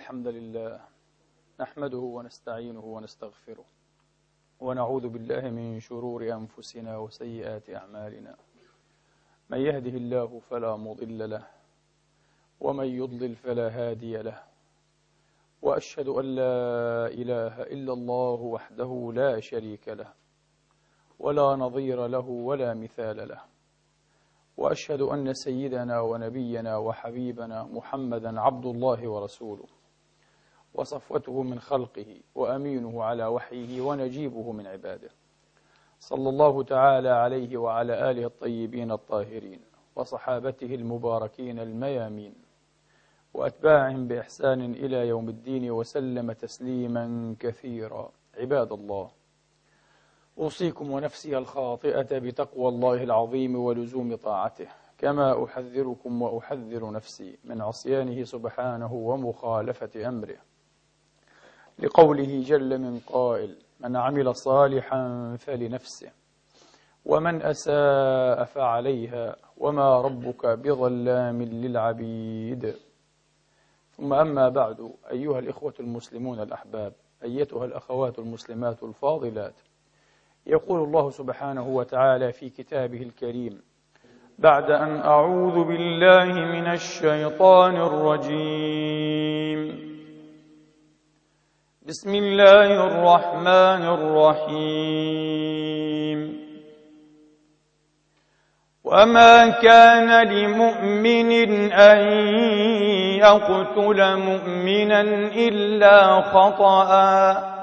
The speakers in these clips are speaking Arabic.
الحمد لله نحمده ونستعينه ونستغفره ونعوذ بالله من شرور أنفسنا وسيئات أعمالنا. من يهده الله فلا مضل له ومن يضلل فلا هادي له، وأشهد أن لا إله إلا الله وحده لا شريك له ولا نظير له ولا مثال له، وأشهد أن سيدنا ونبينا وحبيبنا محمدا عبد الله ورسوله وصفوته من خلقه وأمينه على وحيه ونجيبه من عباده، صلى الله تعالى عليه وعلى آله الطيبين الطاهرين وصحابته المباركين الميامين وأتباعهم بإحسان إلى يوم الدين وسلم تسليما كثيرا. عباد الله، أوصيكم ونفسي الخاطئة بتقوى الله العظيم ولزوم طاعته، كما أحذركم وأحذر نفسي من عصيانه سبحانه ومخالفة أمره، لقوله جل من قائل: من عمل صالحا فلنفسه ومن أساء فعليها وما ربك بظلام للعبيد. ثم أما بعد، أيها الإخوة المسلمون الأحباب، أيتها الأخوات المسلمات الفاضلات، يقول الله سبحانه وتعالى في كتابه الكريم بعد أن أعوذ بالله من الشيطان الرجيم: بسم الله الرحمن الرحيم: وما كان لمؤمن أن يقتل مؤمنا إلا خطأ،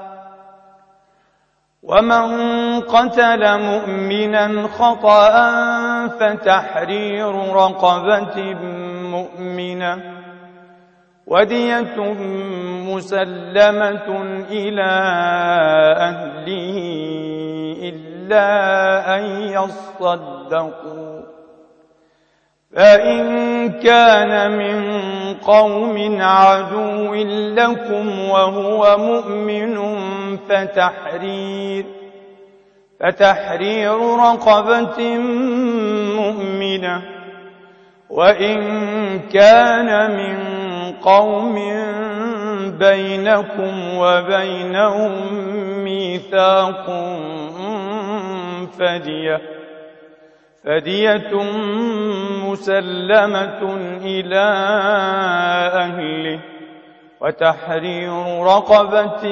ومن قتل مؤمنا خطأ فتحرير رقبة مؤمنة ودية مسلمة إلى أهله إلا أن يصدقوا، فإن كان من قوم عدو لكم وهو مؤمن فتحرير رقبة مؤمنة، وإن كان من قوم بينكم وبينهم ميثاق فدية مسلمة إلى أهله وتحرير رقبة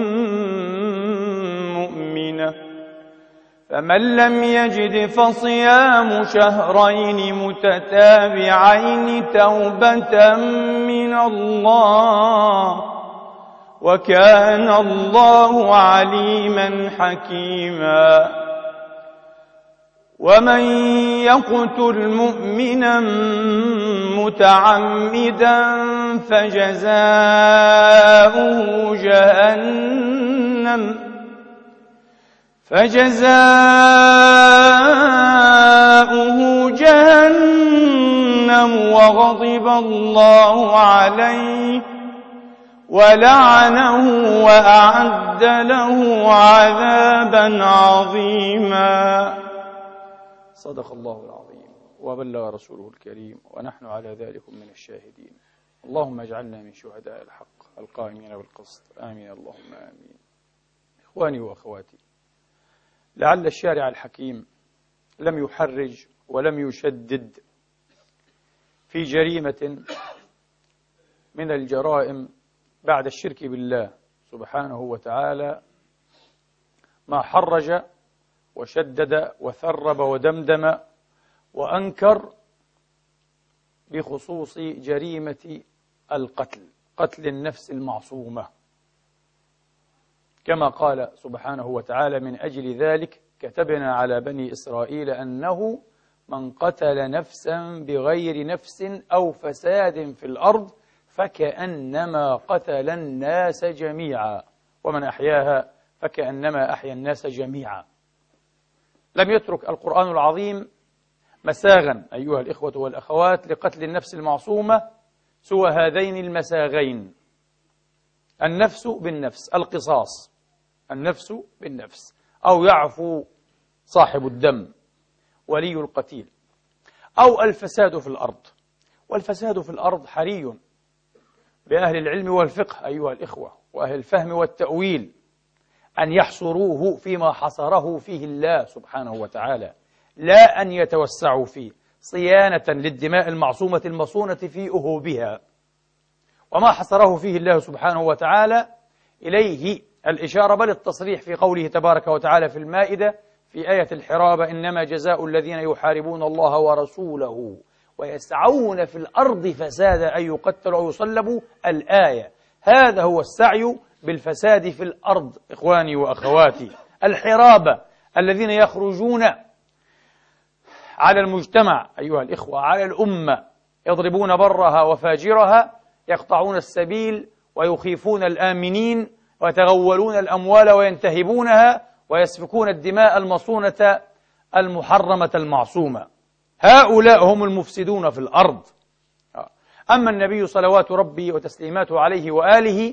مؤمنة، فمن لم يجد فصيام شهرين متتابعين توبة من الله، وكان الله عليما حكيما. ومن يقتل مؤمنا متعمدا فجزاؤه جهنم وغضب الله عليه ولعنه وأعد له عذابا عظيما. صدق الله العظيم وبلغ رسوله الكريم، ونحن على ذلك من الشاهدين. اللهم اجعلنا من شهداء الحق القائمين بالقسط، آمين اللهم آمين. إخواني وأخواتي، لعل الشارع الحكيم لم يحرج ولم يشدد في جريمة من الجرائم بعد الشرك بالله سبحانه وتعالى ما حرج وشدد وثرب ودمدم وأنكر بخصوص جريمة القتل، قتل النفس المعصومة، كما قال سبحانه وتعالى: من أجل ذلك كتبنا على بني إسرائيل أنه من قتل نفسا بغير نفس أو فساد في الأرض فكأنما قتل الناس جميعا ومن أحياها فكأنما أحيا الناس جميعا. لم يترك القرآن العظيم مساغا أيها الإخوة والأخوات لقتل النفس المعصومة سوى هذين المساغين: النفس بالنفس، القصاص، النفس بالنفس، أو يعفو صاحب الدم ولي القتيل، أو الفساد في الأرض. والفساد في الأرض حري بأهل العلم والفقه أيها الإخوة وأهل الفهم والتأويل أن يحصروه فيما حصره فيه الله سبحانه وتعالى، لا أن يتوسعوا فيه صيانة للدماء المعصومة المصونة في أهوبها. وما حصره فيه الله سبحانه وتعالى إليه الإشارة بل التصريح في قوله تبارك وتعالى في المائدة في آية الحرابة: إنما جزاء الذين يحاربون الله ورسوله ويسعون في الأرض فسادا أن يقتلوا أو يصلبوا. الآية. هذا هو السعي بالفساد في الأرض إخواني وأخواتي. الحرابة الذين يخرجون على المجتمع أيها الإخوة، على الأمة، يضربون برها وفاجرها، يقطعون السبيل ويخيفون الآمنين ويتغولون الأموال وينتهبونها ويسفكون الدماء المصونة المحرمة المعصومة. هؤلاء هم المفسدون في الأرض. أما النبي صلوات ربي وتسليماته عليه وآله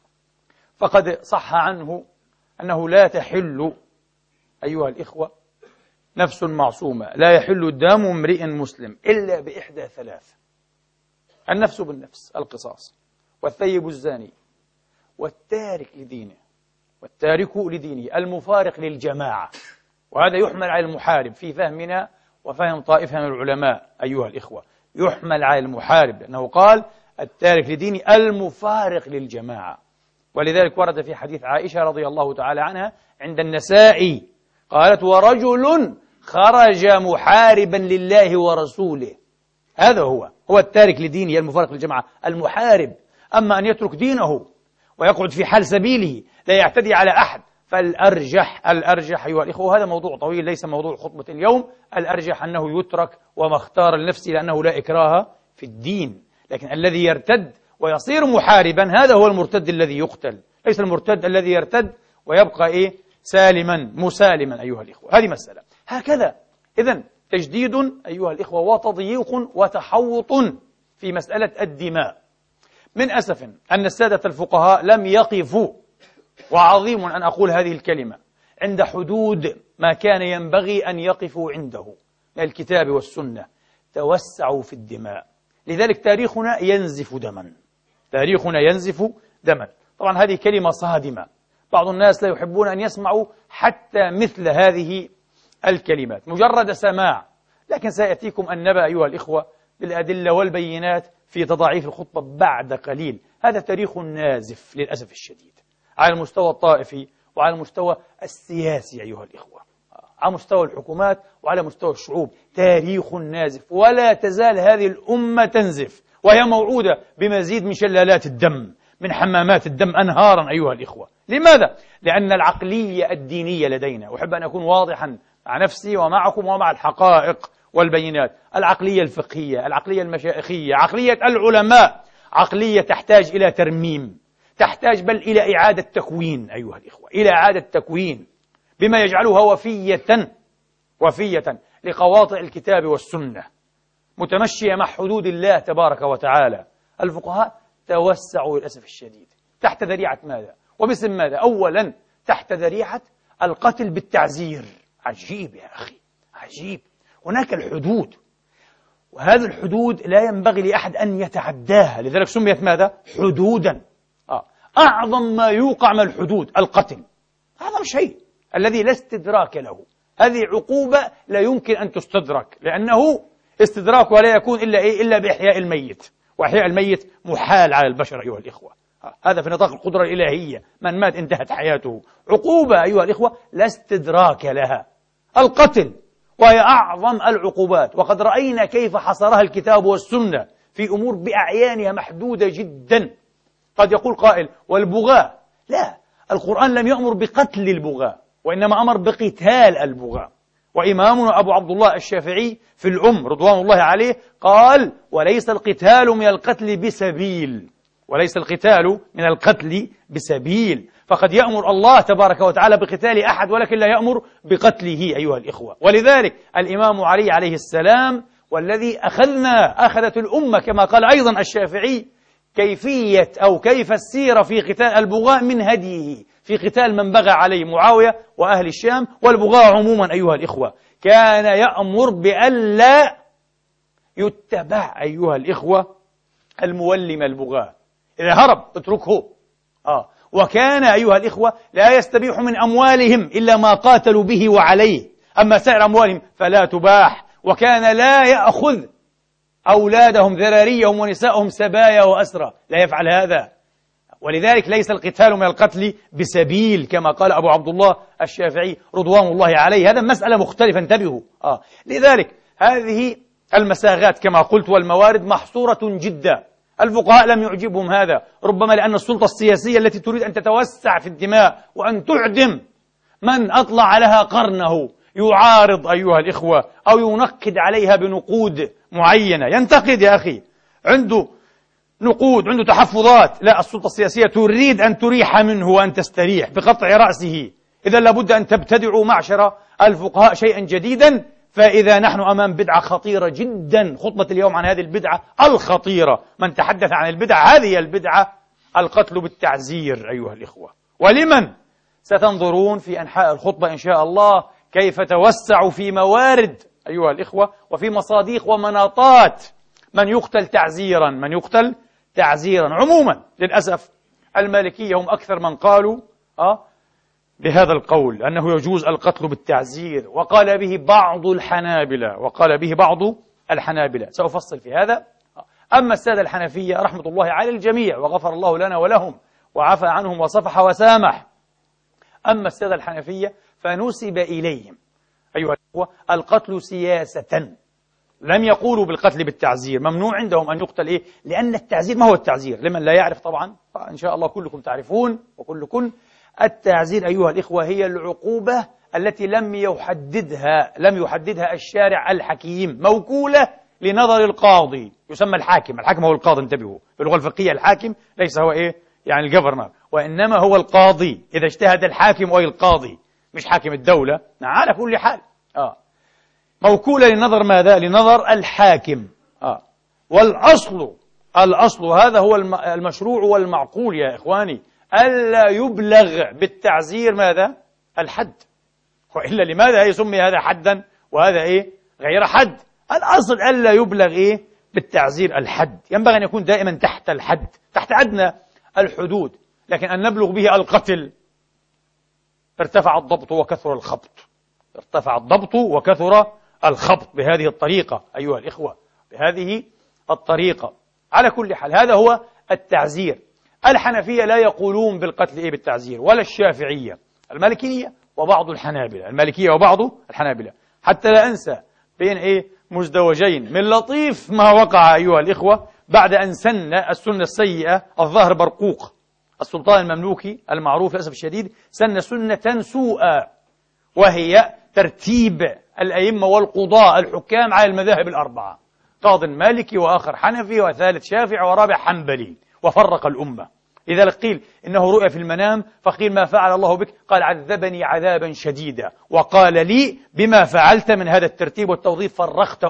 فقد صح عنه أنه لا تحل أيها الإخوة نفس معصومة، لا يحل دم امرئ مسلم إلا بإحدى ثلاث: النفس بالنفس القصاص، والثيب الزاني، والتارك لدينه، والتارك لدينه المفارق للجماعة. وهذا يحمل على المحارب في فهمنا وفهم طائفة من العلماء أيها الإخوة، يحمل على المحارب لأنه قال التارك لدينه المفارق للجماعة. ولذلك ورد في حديث عائشة رضي الله تعالى عنها عند النسائي قالت: ورجل خرج محاربا لله ورسوله. هذا هو التارك لدينه المفارق للجماعة المحارب. أما أن يترك دينه ويقعد في حال سبيله لا يعتدي على أحد فالأرجح أيها الإخوة، هذا موضوع طويل ليس موضوع خطبة اليوم، الأرجح أنه يترك وما اختار لنفسه لأنه لا إكراه في الدين. لكن الذي يرتد ويصير محاربا هذا هو المرتد الذي يقتل، ليس المرتد الذي يرتد ويبقى سالما مسالما أيها الإخوة. هذه مسألة. هكذا إذن تجديد أيها الإخوة وتضييق وتحوط في مسألة الدماء. من أسف أن السادة الفقهاء لم يقفوا، وعظيم أن أقول هذه الكلمة، عند حدود ما كان ينبغي أن يقفوا عنده من الكتاب والسنة. توسعوا في الدماء، لذلك تاريخنا ينزف دما، تاريخنا ينزف دما. طبعا هذه كلمة صادمة، بعض الناس لا يحبون أن يسمعوا حتى مثل هذه الكلمات مجرد سماع، لكن سيأتيكم النبأ أيها الإخوة بالأدلة والبينات في تضاعيف الخطبة بعد قليل. هذا تاريخ نازف للأسف الشديد على المستوى الطائفي وعلى المستوى السياسي أيها الإخوة، على مستوى الحكومات وعلى مستوى الشعوب. تاريخ نازف، ولا تزال هذه الأمة تنزف، وهي موعودة بمزيد من شلالات الدم، من حمامات الدم أنهارا أيها الإخوة. لماذا؟ لأن العقلية الدينية لدينا، أحب أن أكون واضحا مع نفسي ومعكم ومع الحقائق والبينات، العقلية الفقهية، العقلية المشائخية، عقلية العلماء، عقلية تحتاج إلى ترميم، تحتاج بل إلى إعادة تكوين أيها الإخوة، إلى إعادة تكوين بما يجعلها وفية لقواطع الكتاب والسنة، متمشية مع حدود الله تبارك وتعالى. الفقهاء توسعوا للأسف الشديد تحت ذريعة ماذا؟ وباسم ماذا؟ أولا تحت ذريعة القتل بالتعزير. عجيب يا أخي، عجيب. هناك الحدود، وهذه الحدود لا ينبغي لأحد أن يتعداها، لذلك سميت ماذا؟ حدودا. أعظم ما يوقع من الحدود القتل، أعظم شيء الذي لا استدراك له. هذه عقوبة لا يمكن أن تستدرك، لأنه استدراكها لا يكون إلا بإحياء الميت، وإحياء الميت محال على البشر أيها الإخوة. هذا في نطاق القدرة الإلهية، من مات انتهت حياته. عقوبة أيها الإخوة لا استدراك لها، القتل، وهي أعظم العقوبات. وقد رأينا كيف حصرها الكتاب والسنة في أمور بأعيانها محدودة جدا. قد يقول قائل والبغاة، لا، القرآن لم يأمر بقتل البغاة، وإنما أمر بقتال البغاة. وإمامنا أبو عبد الله الشافعي في الأم رضوان الله عليه قال: وليس القتال من القتل بسبيل، وليس القتال من القتل بسبيل. فقد يأمر الله تبارك وتعالى بقتال أحد ولكن لا يأمر بقتله أيها الإخوة. ولذلك الإمام علي عليه السلام والذي أخذت الأمة كما قال أيضا الشافعي كيفية أو كيف السيرة في قتال البغاة من هديه في قتال من بغى عليه معاوية وأهل الشام والبغاة عموما أيها الإخوة، كان يأمر بألا يتبع أيها الإخوة المولم البغاة. إذا هرب اتركه. وكان أيها الإخوة لا يستبيح من أموالهم إلا ما قاتلوا به وعليه، أما سائر أموالهم فلا تباح. وكان لا يأخذ أولادهم ذراريهم ونسائهم سبايا وأسرى، لا يفعل هذا. ولذلك ليس القتال من القتل بسبيل كما قال أبو عبد الله الشافعي رضوان الله عليه، هذا مسألة مختلفة، انتبهوا. لذلك هذه المساغات كما قلت والموارد محصورة جدا. الفقهاء لم يعجبهم هذا، ربما لأن السلطة السياسية التي تريد أن تتوسع في الدماء وأن تعدم من أطلع لها قرنه يعارض أيها الإخوة أو ينقد عليها بنقود معينة. ينتقد يا أخي، عنده نقود، عنده تحفظات، لا، السلطة السياسية تريد أن تريح منه وأن تستريح بقطع رأسه. إذا لابد أن تبتدعوا معشر الفقهاء شيئا جديدا. فإذا نحن أمام بدعة خطيرة جدا، خطبة اليوم عن هذه البدعة الخطيرة. من تحدث عن البدعة، هذه البدعة القتل بالتعزير أيها الإخوة. ولمن؟ ستنظرون في أنحاء الخطبة إن شاء الله كيف توسع في موارد أيها الإخوة وفي مصاديق ومناطات من يقتل تعزيرا، من يقتل تعزيرا. عموما للأسف المالكية هم أكثر من قالوا بهذا القول أنه يجوز القتل بالتعزير، وقال به بعض الحنابلة، سأفصل في هذا. أما السادة الحنفية رحمة الله على الجميع وغفر الله لنا ولهم وعفى عنهم وصفح وسامح، أما السادة الحنفية فنسب إليهم أيها الأخوة القتل سياسة. لم يقولوا بالقتل بالتعزير، ممنوع عندهم أن يقتل. لأن التعزير، ما هو التعزير؟ لمن لا يعرف طبعا إن شاء الله كلكم تعرفون وكلكم. التعزير أيها الإخوة هي العقوبة التي لم يحددها الشارع الحكيم، موكولة لنظر القاضي، يسمى الحاكم. الحاكم هو القاضي، انتبهوا، في اللغة الفقهية الحاكم ليس هو يعني الجفرنر، وإنما هو القاضي. إذا اجتهد الحاكم أو القاضي، مش حاكم الدولة. على كل حال موكولة لنظر ماذا؟ لنظر الحاكم. والأصل هذا هو المشروع والمعقول يا إخواني، ألا يبلغ بالتعزير ماذا؟ الحد. وإلا لماذا سمي هذا حدا وهذا غير حد؟ الأصل ألا يبلغ بالتعزير الحد، ينبغي أن يكون دائما تحت الحد، تحت أدنى الحدود. لكن أن نبلغ به القتل، ارتفع الضبط وكثر الخبط بهذه الطريقة أيها الإخوة، بهذه الطريقة. على كل حال هذا هو التعزير. الحنفية لا يقولون بالقتل بالتعزير، ولا الشافعية، المالكية وبعض الحنابلة. حتى لا أنسى بين مزدوجين من لطيف ما وقع أيها الإخوة بعد أن سن السنة السيئة الظاهر برقوق، السلطان المملوكي المعروف للأسف الشديد، سن سنة سوءة، وهي ترتيب الأئمة والقضاء الحكام على المذاهب الأربعة، قاض مالكي وآخر حنفي وثالث شافعي ورابع حنبلي، وفرق الأمة. لذلك قيل إنه رؤيا في المنام، فقيل ما فعل الله بك؟ قال عذبني عذابا شديدا، وقال لي بما فعلت من هذا الترتيب والتوظيف فرقت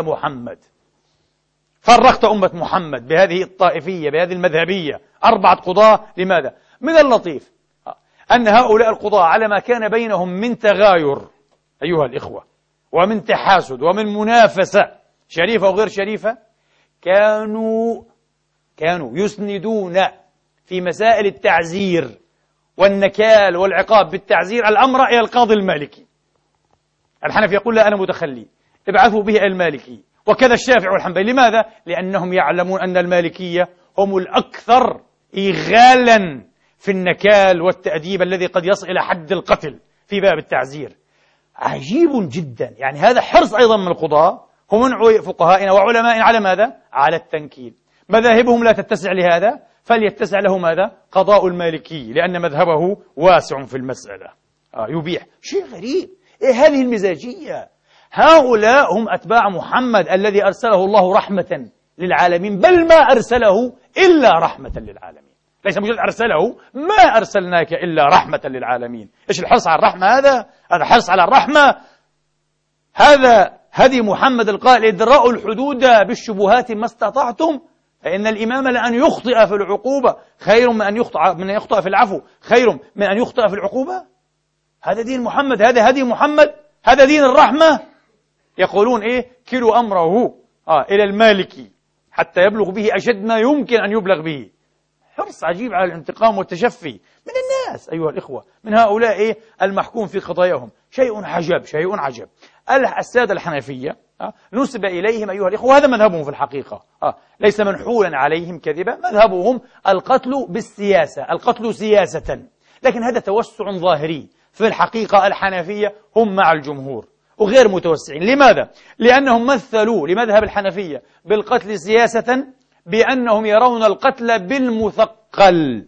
أمة محمد بهذه الطائفية، بهذه المذهبية، 4 قضاة. لماذا؟ من اللطيف أن هؤلاء القضاة على ما كان بينهم من تغاير أيها الإخوة، ومن تحاسد، ومن منافسة شريفة وغير شريفة، كانوا يسندون في مسائل التعزير والنكال والعقاب بالتعزير الأمر إلى القاضي المالكي. الحنفي يقول لا، أنا متخلي، ابعثوا به المالكي، وكذا الشافعي والحنبلي. لماذا؟ لأنهم يعلمون أن المالكية هم الأكثر إغالا في النكال والتأديب الذي قد يصل إلى حد القتل في باب التعزير. عجيب جدا، يعني هذا حرص أيضا من القضاة ومن فقهائنا وعلمائنا على ماذا؟ على التنكيل. مذاهبهم لا تتسع لهذا، فليتسع له ماذا؟ قضاء المالكي، لأن مذهبه واسع في المسألة، يبيح. شيء غريب، هذه المزاجية. هؤلاء هم أتباع محمد الذي أرسله الله رحمة للعالمين، بل ما أرسله إلا رحمة للعالمين، ليس مجرد أرسله، ما أرسلناك إلا رحمة للعالمين. إيش الحرص على الرحمة هذا حرص على الرحمة. هذا هدي محمد القائل ادرأوا الحدود بالشبهات ما استطعتم، فإن الإمام لأن يخطئ في العقوبة خير من أن يخطئ في العفو، خير من أن يخطئ في العقوبة. هذا دين محمد، هذا هدي محمد، هذا دين الرحمة. يقولون كلوا أمره إلى المالكي حتى يبلغ به أشد ما يمكن أن يبلغ به. حرص عجيب على الانتقام والتشفي من الناس أيها الإخوة، من هؤلاء المحكوم في قضاياهم. شيء عجب، شيء عجب. السادة الحنفية نسب إليهم أيها الإخوة، وهذا مذهبهم في الحقيقة، ليس منحولا عليهم كذبا، مذهبهم القتل بالسياسة، القتل سياسة. لكن هذا توسع ظاهري. في الحقيقة الحنفية هم مع الجمهور وغير متوسعين. لماذا؟ لأنهم مثلوا لمذهب الحنفية بالقتل سياسة بأنهم يرون القتل بالمثقل،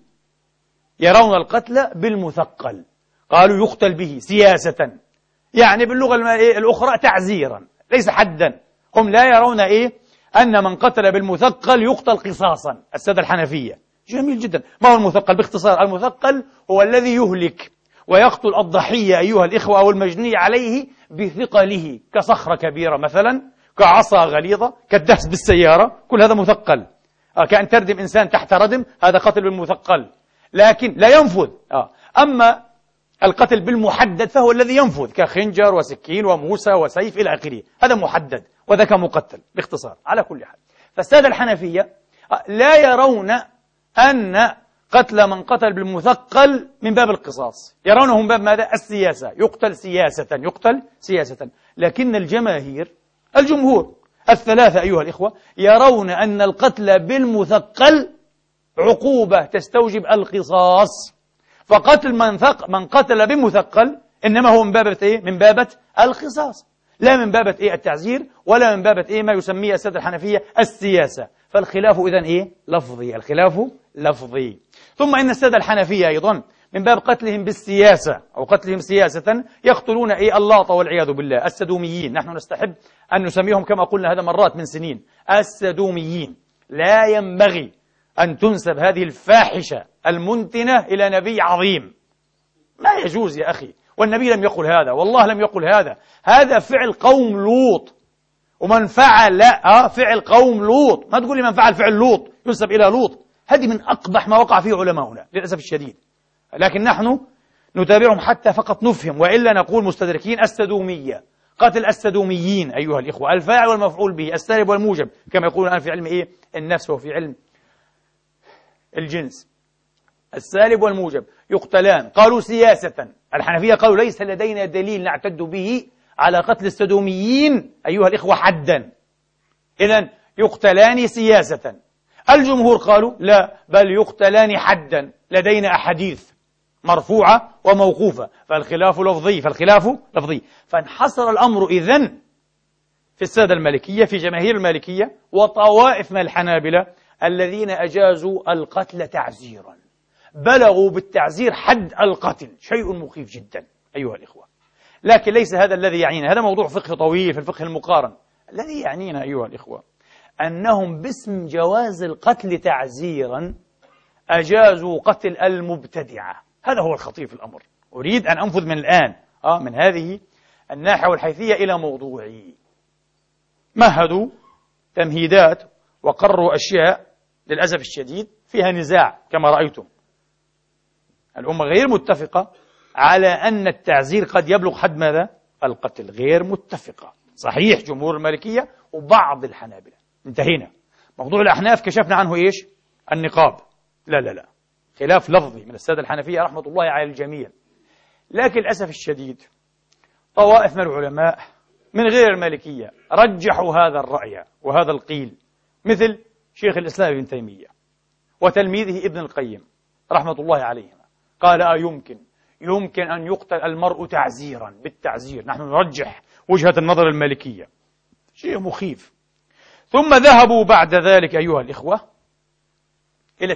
يرون القتل بالمثقل، قالوا يقتل به سياسة، يعني باللغة الأخرى تعزيرا ليس حدا. هم لا يرون أن من قتل بالمثقل يقتل قصاصا. السادة الحنفية جميل جدا. ما هو المثقل؟ باختصار المثقل هو الذي يهلك ويقتل الضحية أيها الإخوة أو المجني عليه بثقله، كصخرة كبيرة مثلا، كعصا غليظة، كالدهس بالسيارة، كل هذا مثقل. كأن تردم إنسان تحت ردم، هذا قتل بالمثقل، لكن لا ينفذ. أما القتل بالمحدد فهو الذي ينفذ، كخنجر وسكين وموسى وسيف إلى آخره، هذا محدد وذاك مقتل باختصار. على كل حال، فالسادة الحنفية لا يرون أن قتل من قتل بالمثقل من باب القصاص، يرونه من باب ماذا؟ السياسة، يقتل سياسة، يقتل سياسة. لكن الجماهير، الجمهور الثلاثة أيها الإخوة، يرون أن القتل بالمثقل عقوبة تستوجب القصاص. فقتل من قتل بمثقل إنما هو من باب من باب القصاص، لا من باب التعزير، ولا من باب ما يسميه السادة الحنفية السياسة. فالخلاف إذن لفظي، الخلاف لفظي. ثم إن السادة الحنفية أيضا من باب قتلهم بالسياسة أو قتلهم سياسة يقتلون اللواط والعياذ بالله، السدوميين. نحن نستحب أن نسميهم كما قلنا هذا مرات من سنين، السدوميين. لا ينبغي أن تنسب هذه الفاحشة المنتنة إلى نبي عظيم، ما يجوز يا أخي. والنبي لم يقل هذا، والله لم يقل هذا. هذا فعل قوم لوط، ومن فعل فعل قوم لوط. ما تقول لي من فعل فعل لوط ينسب إلى لوط. هذه من أقبح ما وقع فيه علماؤنا للأسف الشديد. لكن نحن نتابعهم حتى فقط نفهم، وإلا نقول مستدركين السدومية، قتل السدوميين أيها الإخوة، الفاعل والمفعول به، السالب والموجب، كما يقولون الآن في علم النفس وفي علم الجنس. السالب والموجب يقتلان. قالوا سياسة. الحنفية قالوا ليس لدينا دليل نعتد به على قتل السدوميين أيها الإخوة حدا، إذن يقتلان سياسة. الجمهور قالوا لا، بل يقتلان حدا، لدينا أحاديث مرفوعة وموقوفة. فالخلاف لفظي. فانحصر الأمر إذن في السادة المالكية، في جماهير المالكية وطوائف من الحنابلة الذين أجازوا القتل تعزيرا، بلغوا بالتعزير حد القتل. شيء مخيف جدا أيها الإخوة. لكن ليس هذا الذي يعنينا، هذا موضوع فقه طويل في الفقه المقارن. الذي يعنينا أيها الإخوة أنهم باسم جواز القتل تعزيرا أجازوا قتل المبتدعة. هذا هو الخطير في الأمر. أريد أن أنفذ من الآن من هذه الناحية والحيثية إلى موضوعي. مهدوا تمهيدات وقرروا أشياء للأسف الشديد فيها نزاع كما رأيتم. الأمة غير متفقة على أن التعزير قد يبلغ حد ماذا؟ القتل. غير متفقة. صحيح جمهور المالكية وبعض الحنابلة. انتهينا. موضوع الأحناف كشفنا عنه إيش؟ النقاب. لا، خلاف لفظي من السادة الحنفية رحمة الله على الجميع. لكن للأسف الشديد طوائف من العلماء من غير المالكية رجحوا هذا الرأي وهذا القيل، مثل شيخ الإسلام ابن تيمية وتلميذه ابن القيم رحمة الله عليهما. قال يمكن أن يقتل المرء تعزيرا بالتعزير. نحن نرجح وجهة النظر المالكية. شيء مخيف. ثم ذهبوا بعد ذلك أيها الإخوة إلى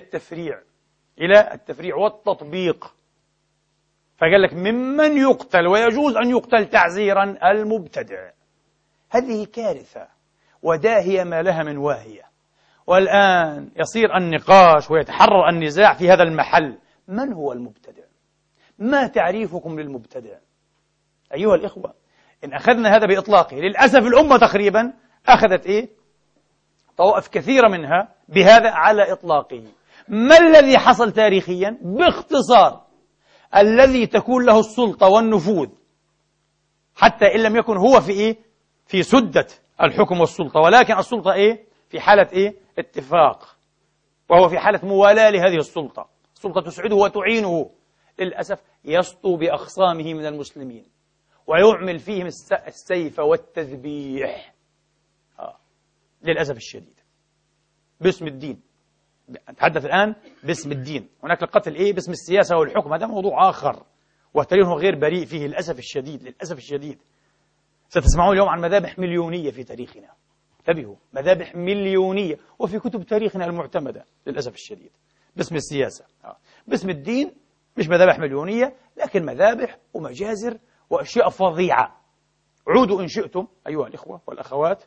التفريع والتطبيق. فقال لك ممن يقتل ويجوز أن يقتل تعزيرا المبتدع. هذه كارثة وداهية ما لها من واهية. والآن يصير النقاش ويتحرر النزاع في هذا المحل. من هو المبتدع؟ ما تعريفكم للمبتدع أيها الإخوة؟ إن أخذنا هذا بإطلاقه، للأسف الأمة تقريبا أخذت طوائف كثيرة منها بهذا على إطلاقه. ما الذي حصل تاريخيا؟ باختصار، الذي تكون له السلطة والنفوذ حتى إن لم يكن هو في سدة الحكم والسلطة، ولكن السلطة في حالة اتفاق وهو في حالة موالاة لهذه السلطة، السلطة تسعده وتعينه، للأسف يسطو بأخصامه من المسلمين ويعمل فيهم السيف والتذبيح للأسف الشديد باسم الدين. نتحدث الآن باسم الدين. هناك القتل باسم السياسة والحكم، هذا موضوع آخر وتاريخه غير بريء فيه للأسف الشديد. للأسف الشديد ستسمعون اليوم عن مذابح مليونية في تاريخنا، انتبهوا، مذابح مليونية وفي كتب تاريخنا المعتمدة للأسف الشديد باسم السياسة. باسم الدين مش مذابح مليونية، لكن مذابح ومجازر وأشياء فظيعة. عودوا إن شئتم أيها الإخوة والأخوات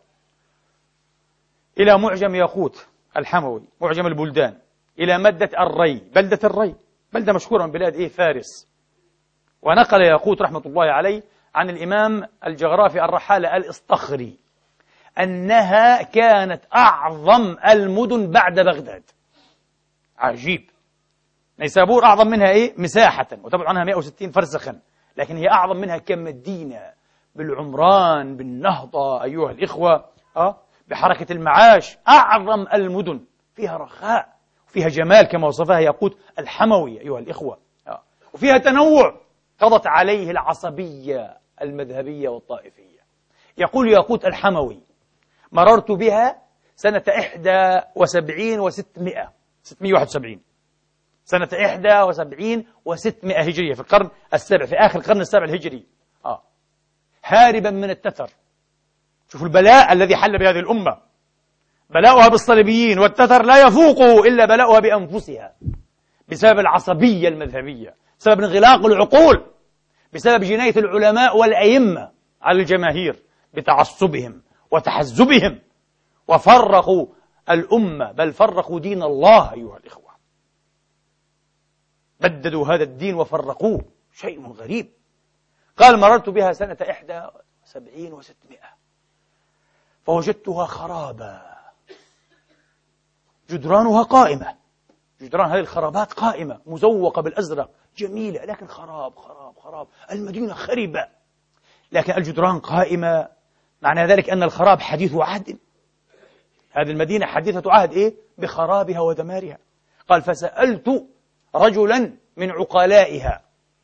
إلى معجم ياقوت الحموي، معجم البلدان، إلى مادة الري، بلدة الري، بلدة مشهورة من بلاد فارس. ونقل ياقوت رحمة الله عليه عن الإمام الجغرافي الرحالة الإصطخري أنها كانت أعظم المدن بعد بغداد. عجيب. نيسابور أعظم منها مساحة وتبعد عنها 160 فرسخا، لكن هي أعظم منها كمدينة، بالعمران، بالنهضة أيها الإخوة، بحركة المعاش. أعظم المدن، فيها رخاء وفيها جمال كما وصفها ياقوت الحموي أيها الإخوة، وفيها تنوع قضت عليه العصبية المذهبية والطائفية. يقول ياقوت الحموي: مررت بها سنة 71 و600، 671، سنة 71 و600 هجرية، في القرن السابع، في آخر القرن السابع الهجري، هاربا من التتر. شوفوا البلاء الذي حل بهذه الأمة، بلاؤها بالصليبيين، والتتر لا يفوقه إلا بلاؤها بأنفسها، بسبب العصبية المذهبية، بسبب انغلاق العقول، بسبب جناية العلماء والأئمة على الجماهير بتعصبهم وتحزبهم، وفرقوا الأمة، بل فرقوا دين الله أيها الإخوة، بددوا هذا الدين وفرقوه، شيء غريب. قال: مررت بها سنة 71 و600 فوجدتها خرابا، جدرانها قائمة، جدران هذه الخرابات قائمة مزوقة بالأزرق، جميلة، لكن خراب خراب خراب، المدينة خربة، لكن الجدران قائمة. معنى ذلك أن الخراب حديث عهد، هذه المدينة حديثة عهد بخرابها ودمارها. قال: فسألت رجلا من عقلائها: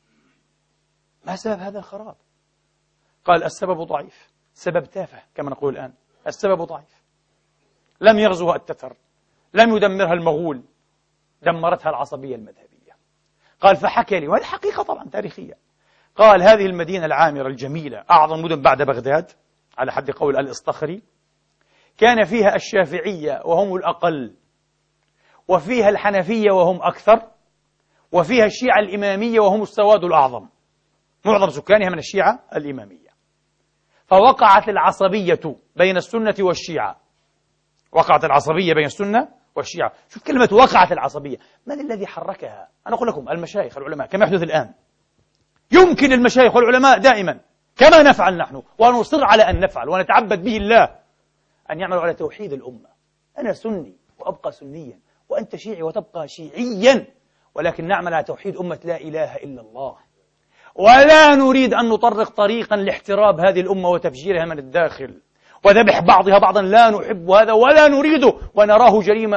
ما سبب هذا الخراب؟ قال: السبب ضعيف، سبب تافه كما نقول الآن، السبب ضعيف، لم يغزوها التتر، لم يدمرها المغول، دمرتها العصبية المذهبية. قال: فحكى لي، وهذه حقيقة طبعا تاريخية، قال: هذه المدينة العامرة الجميلة أعظم مدن بعد بغداد على حد قول الإصطخري، كان فيها الشافعية وهم الأقل، وفيها الحنفية وهم أكثر، وفيها الشيعة الإمامية وهم السواد الأعظم، معظم سكانها من الشيعة الإمامية. فوقعت العصبية بين السنة والشيعة، وقعت العصبية بين السنة والشيعة. شوف كلمة وقعت العصبية، من الذي حركها؟ أنا أقول لكم المشايخ العلماء كما يحدث الآن. يمكن المشايخ والعلماء دائما كما نفعل نحن، ونصر على أن نفعل ونتعبد به الله، أن يعملوا على توحيد الأمة. أنا سني وأبقى سنيا، وأنت شيعي وتبقى شيعيا، ولكن نعمل على توحيد أمة لا إله إلا الله، ولا نريد أن نطرق طريقا لاحتراب هذه الأمة وتفجيرها من الداخل وذبح بعضها بعضا. لا نحب هذا ولا نريده، ونراه جريمة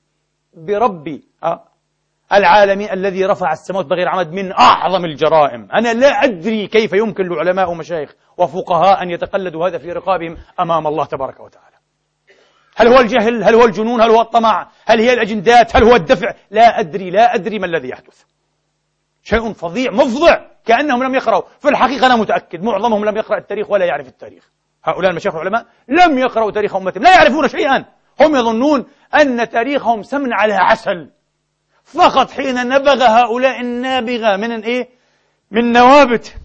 برب العالمين الذي رفع السماوات بغير عمد، من أعظم الجرائم. أنا لا أدري كيف يمكن لعلماء ومشايخ وفقهاء أن يتقلدوا هذا في رقابهم أمام الله تبارك وتعالى. هل هو الجهل؟ هل هو الجنون؟ هل هو الطمع؟ هل هي الأجندات؟ هل هو الدفع؟ لا أدري ما الذي يحدث. شيء فظيع مفضع، كأنهم لم يقرأوا. في الحقيقة أنا متأكد معظمهم لم يقرأ التاريخ ولا يعرف التاريخ. هؤلاء المشايخ والعلماء لم يقرأوا تاريخ أمتهم، لا يعرفون شيئا. هم يظنون أن تاريخهم سمن على عسل فقط. حين نبغ هؤلاء النابغة من نوابت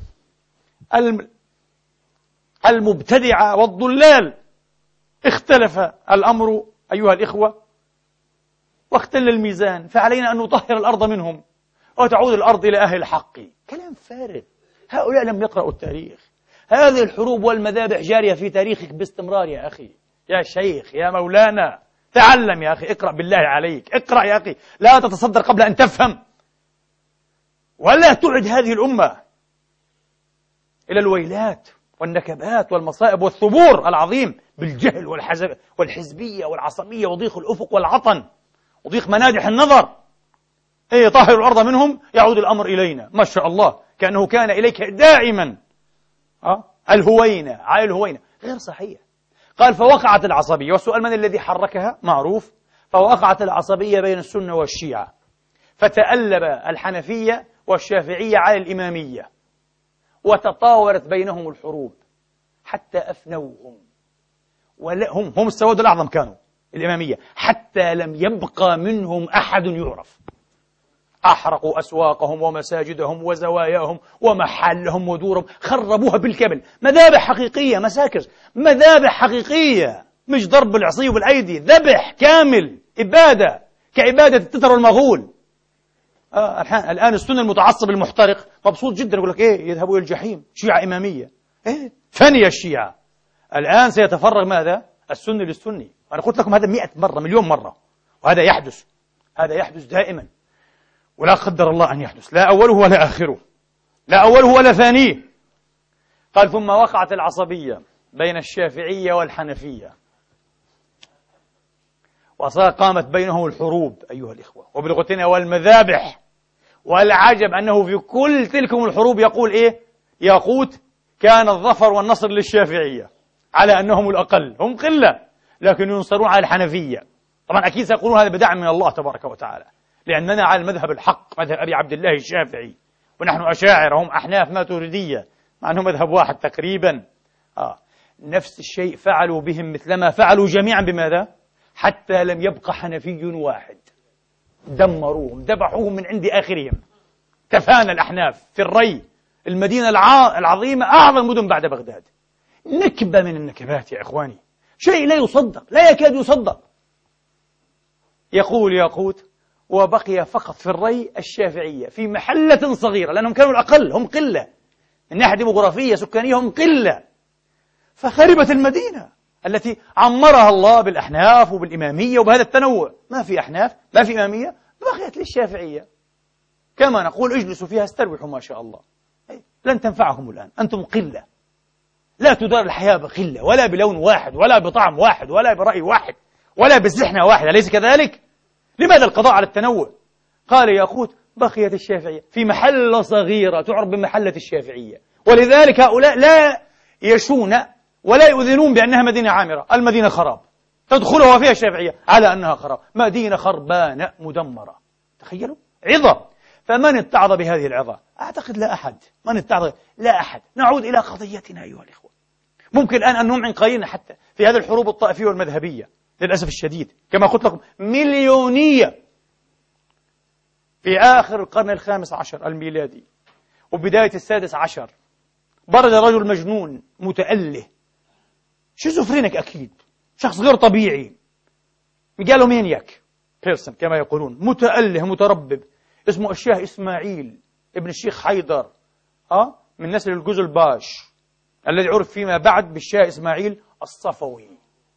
المبتدعة والضلال، اختلف الأمر أيها الإخوة واختل الميزان، فعلينا أن نطهر الأرض منهم وتعود الأرض إلى أهل الحق. كلام فارغ. هؤلاء لم يقرأوا التاريخ. هذه الحروب والمذابح جارية في تاريخك باستمرار يا أخي، يا شيخ، يا مولانا، تعلم يا أخي، اقرأ بالله عليك، اقرأ يا أخي، لا تتصدر قبل أن تفهم، ولا تعد هذه الأمة إلى الويلات والنكبات والمصائب والثبور العظيم بالجهل والحزبية والعصبية وضيق الأفق والعطن وضيق منادح النظر. إيه، طهر الأرض منهم يعود الأمر إلينا، ما شاء الله، كأنه كان إليك دائما. الهوينة، على الهوينة، غير صحيح. قال فوقعت العصبية، والسؤال من الذي حركها؟ معروف. فوقعت العصبية بين السنة والشيعة، فتألب الحنفية والشافعية على الإمامية، وتطاولت بينهم الحروب حتى أفنوهم، هم السواد الأعظم كانوا الإمامية، حتى لم يبقى منهم أحد يعرف. أحرقوا أسواقهم ومساجدهم وزواياهم ومحلهم ودورهم، خربوها بالكامل. مذابح حقيقية، مساكر، مذابح حقيقية، مش ضرب بالعصي وبالأيدي، ذبح كامل، إبادة كعبادة التتر والمغول. الآن السنة المتعصب المحترق مبسوط جدا، يقول لك إيه، يذهبوا إلى الجحيم، شيعة إمامية. إيه، فني الشيعة. الآن سيتفرغ ماذا؟ السني للسني. أنا قلت لكم هذا 100 مرة، مليون مرة، وهذا يحدث، هذا يحدث دائما، ولا قدر الله أن يحدث، لا أوله ولا آخره، لا أوله ولا ثانيه. قال ثم وقعت العصبية بين الشافعية والحنفية، وقامت بينهم الحروب أيها الإخوة، وبلغتنا والمذابح. والعجب أنه في كل تلكم الحروب يقول إيه؟ ياقوت كان الظفر والنصر للشافعية، على أنهم الأقل، هم قلة، لكن ينصرون على الحنفية. طبعا أكيد سيقولون هذا بدعم من الله تبارك وتعالى، لأننا على المذهب الحق، مذهب أبي عبد الله الشافعي، ونحن أشاعرة، هم أحناف ماتريدية، مع أنه مذهب واحد تقريبا. نفس الشيء فعلوا بهم مثلما فعلوا جميعا بماذا؟ حتى لم يبق حنفي واحد، دمروهم، ذبحوهم من عند آخرهم. تفانى الأحناف في الري، المدينة العظيمة، أعظم مدن بعد بغداد. نكبة من النكبات يا إخواني، شيء لا يصدق، لا يكاد يصدق. يقول ياقوت وبقي فقط في الري الشافعية في محلة صغيرة، لأنهم كانوا الأقل، هم قلة من ناحية ديموغرافية سكانية، هم قلة. فخربت المدينة التي عمرها الله بالأحناف وبالإمامية وبهذا التنوع. ما في أحناف، ما في إمامية، بقيت للشافعية. كما نقول اجلسوا فيها استروحوا ما شاء الله. لن تنفعكم الآن، أنتم قلة، لا تدار الحياة بقلة، ولا بلون واحد، ولا بطعم واحد، ولا برأي واحد، ولا بزحنة واحدة، أليس كذلك؟ لماذا القضاء على التنوع؟ قال ياقوت بقيت الشافعية في محلة صغيرة تعرف بمحلة الشافعية، ولذلك هؤلاء لا يشون ولا يؤذنون بأنها مدينة عامرة. المدينة خراب، تدخلها فيها الشافعية على أنها خراب، مدينة خربانة مدمرة. تخيلوا عظة. فمن اتعظ بهذه العظة؟ أعتقد لا أحد. من اتعظ؟ لا أحد. نعود إلى قضيتنا أيها الإخوة. ممكن الآن أن نمعن قليلا حتى في هذه الحروب الطائفية والمذهبية، للأسف الشديد كما قلت لكم مليونية. في آخر القرن الخامس عشر الميلادي وبداية السادس عشر برز رجل مجنون متأله، شيزوفرينيك أكيد، شخص غير طبيعي، قالوا مينياك بيرسون كما يقولون، متأله متربب، اسمه الشاه إسماعيل ابن الشيخ حيدر، من نسل القزلباش الذي عرف فيما بعد بالشاه إسماعيل الصفوي.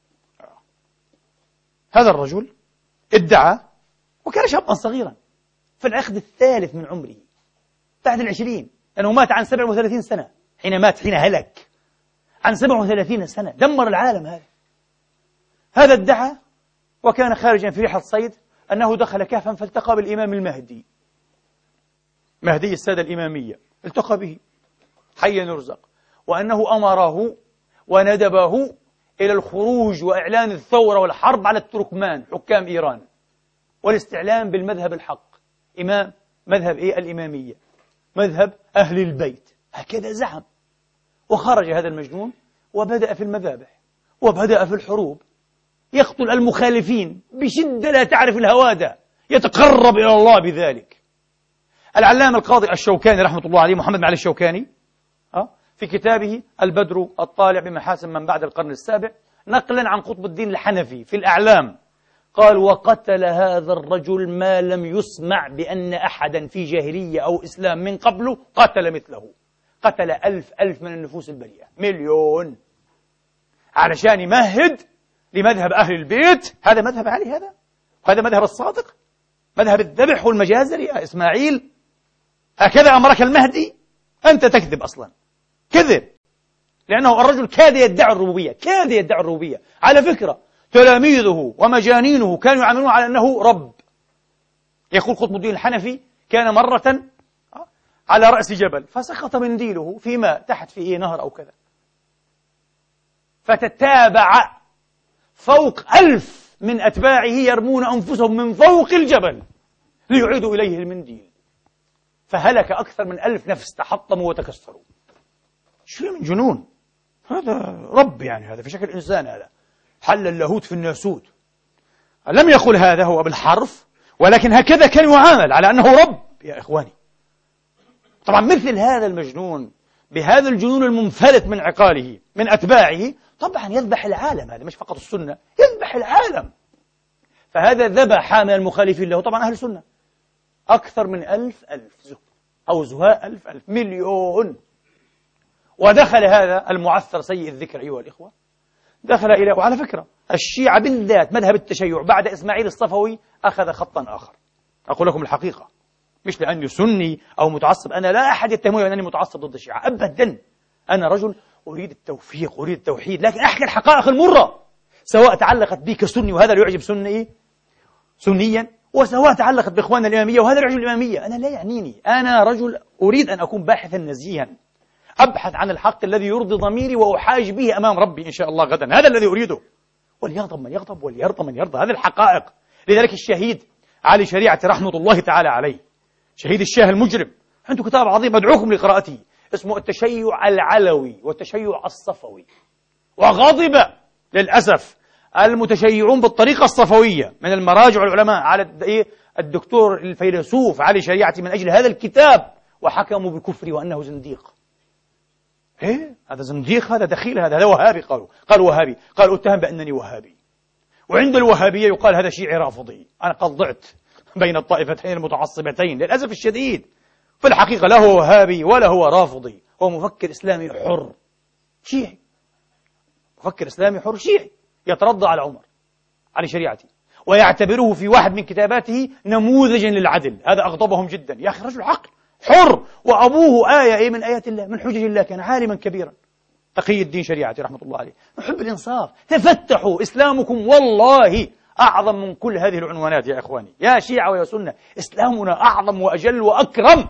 هذا الرجل ادعى، وكان شابا صغيرا في العقد الثالث من عمره بعد 20، لأنه مات عن 37 سنة حين مات، حين هلك عن 37 سنة، دمر العالم. هذا ادعى وكان خارجا في رحلة صيد أنه دخل كهفا فالتقى بالإمام المهدي، مهدي السادة الإمامية، التقى به حي يرزق، وأنه أمره وندبه إلى الخروج وإعلان الثورة والحرب على التركمان حكام إيران، والاستعلام بالمذهب الحق، مذهب الإمامية، مذهب أهل البيت، هكذا زعم. وخرج هذا المجنون وبدأ في المذابح وبدأ في الحروب، يقتل المخالفين بشدة لا تعرف الهوادة، يتقرب إلى الله بذلك. العلامة القاضي الشوكاني رحمة الله عليه، محمد معالي الشوكاني، في كتابه البدر الطالع بمحاسن من بعد القرن السابع، نقلا عن قطب الدين الحنفي في الأعلام، قال وقتل هذا الرجل ما لم يسمع بأن أحدا في جاهلية أو إسلام من قبله قتل مثله. قتل 1000 من النفوس البريئة، مليون، علشان يمهد لمذهب أهل البيت. هذا مذهب علي، هذا مذهب الصادق، مذهب الذبح والمجازر يا إسماعيل. هكذا أمرك المهدي؟ أنت تكذب أصلا، كذب، لأنه الرجل كاد يدعي الربوبية، كاد يدعي الربوبية. على فكرة تلاميذه ومجانينه كانوا يعاملون على أنه رب. يقول قطب الدين الحنفي: كان مرة على رأس جبل فسقط منديله في ماء تحت في نهر أو كذا، فتتابع فوق 1000 من أتباعه يرمون أنفسهم من فوق الجبل ليعيدوا إليه المنديل، فهلك أكثر من 1000 نفس، تحطموا وتكسروا. شو من جنون هذا؟ رب يعني، هذا في شكل إنسان، هذا حل اللاهوت في الناسوت. لم يقل هذا هو بالحرف، ولكن هكذا كان يعامل على أنه رب يا إخواني. طبعا مثل هذا المجنون بهذا الجنون المنفلت من عقاله من أتباعه طبعا يذبح العالم، هذا مش فقط السنة، يذبح العالم. فهذا ذبح من المخالفين له طبعا أهل السنة أكثر من 1000 أو زهاء 1000 مليون. ودخل هذا المعثر سيء الذكر أيها الإخوة، دخل إلى، وعلى فكرة الشيعة بالذات مذهب التشيع بعد إسماعيل الصفوي أخذ خطا آخر. أقول لكم الحقيقة، مش لأني سني أو متعصب، أنا لا أحد يتهمني أنني متعصب ضد الشيعة أبدا، أنا رجل أريد التوفيق، أريد التوحيد، لكن أحكي الحقائق المرة، سواء تعلقت بي كسني وهذا لا يعجب سنيا، وسواء تعلقت بإخواننا الإمامية وهذا لا يعجب الإمامية، أنا لا يعنيني، أنا رجل أريد أن أكون باحثا نزيها، أبحث عن الحق الذي يرضي ضميري وأحاج به أمام ربي إن شاء الله غدا، هذا الذي أريده. وليغضب من يغضب وليرضى من يرضى، هذه الحقائق. لذلك الشهيد علي شريعة رحمة الله تعالى عليه، شهيد الشاه المجرم، عنده كتاب عظيم أدعوكم لقراءته اسمه التشيع العلوي والتشيع الصفوي. وغضب للأسف المتشيعون بالطريقة الصفوية من المراجع والعلماء على الدكتور الفيلسوف علي شريعة من أجل هذا الكتاب، وحكموا بكفره وأنه زنديق. هذا زنديق، هذا دخيل، هذا وهابي، قالوا وهابي، قالوا اتهم بأنني وهابي. وعند الوهابية يقال هذا شيعي رافضي. أنا قد ضعت بين الطائفتين المتعصبتين للأسف الشديد. في الحقيقة لا هو وهابي ولا هو رافضي، هو مفكر إسلامي حر شيعي، مفكر إسلامي حر شيعي يترضى على عمر على شريعته، ويعتبره في واحد من كتاباته نموذجا للعدل. هذا أغضبهم جدا. يا أخي رجل عقل حر، وأبوه آية من آيات الله من حجج الله، كان عالما كبيرا تقي الدين شريعتي رحمة الله عليه. نحب الإنصاف، تفتحوا، إسلامكم والله أعظم من كل هذه العنوانات يا إخواني، يا شيعة ويا سنة، إسلامنا أعظم وأجل وأكرم.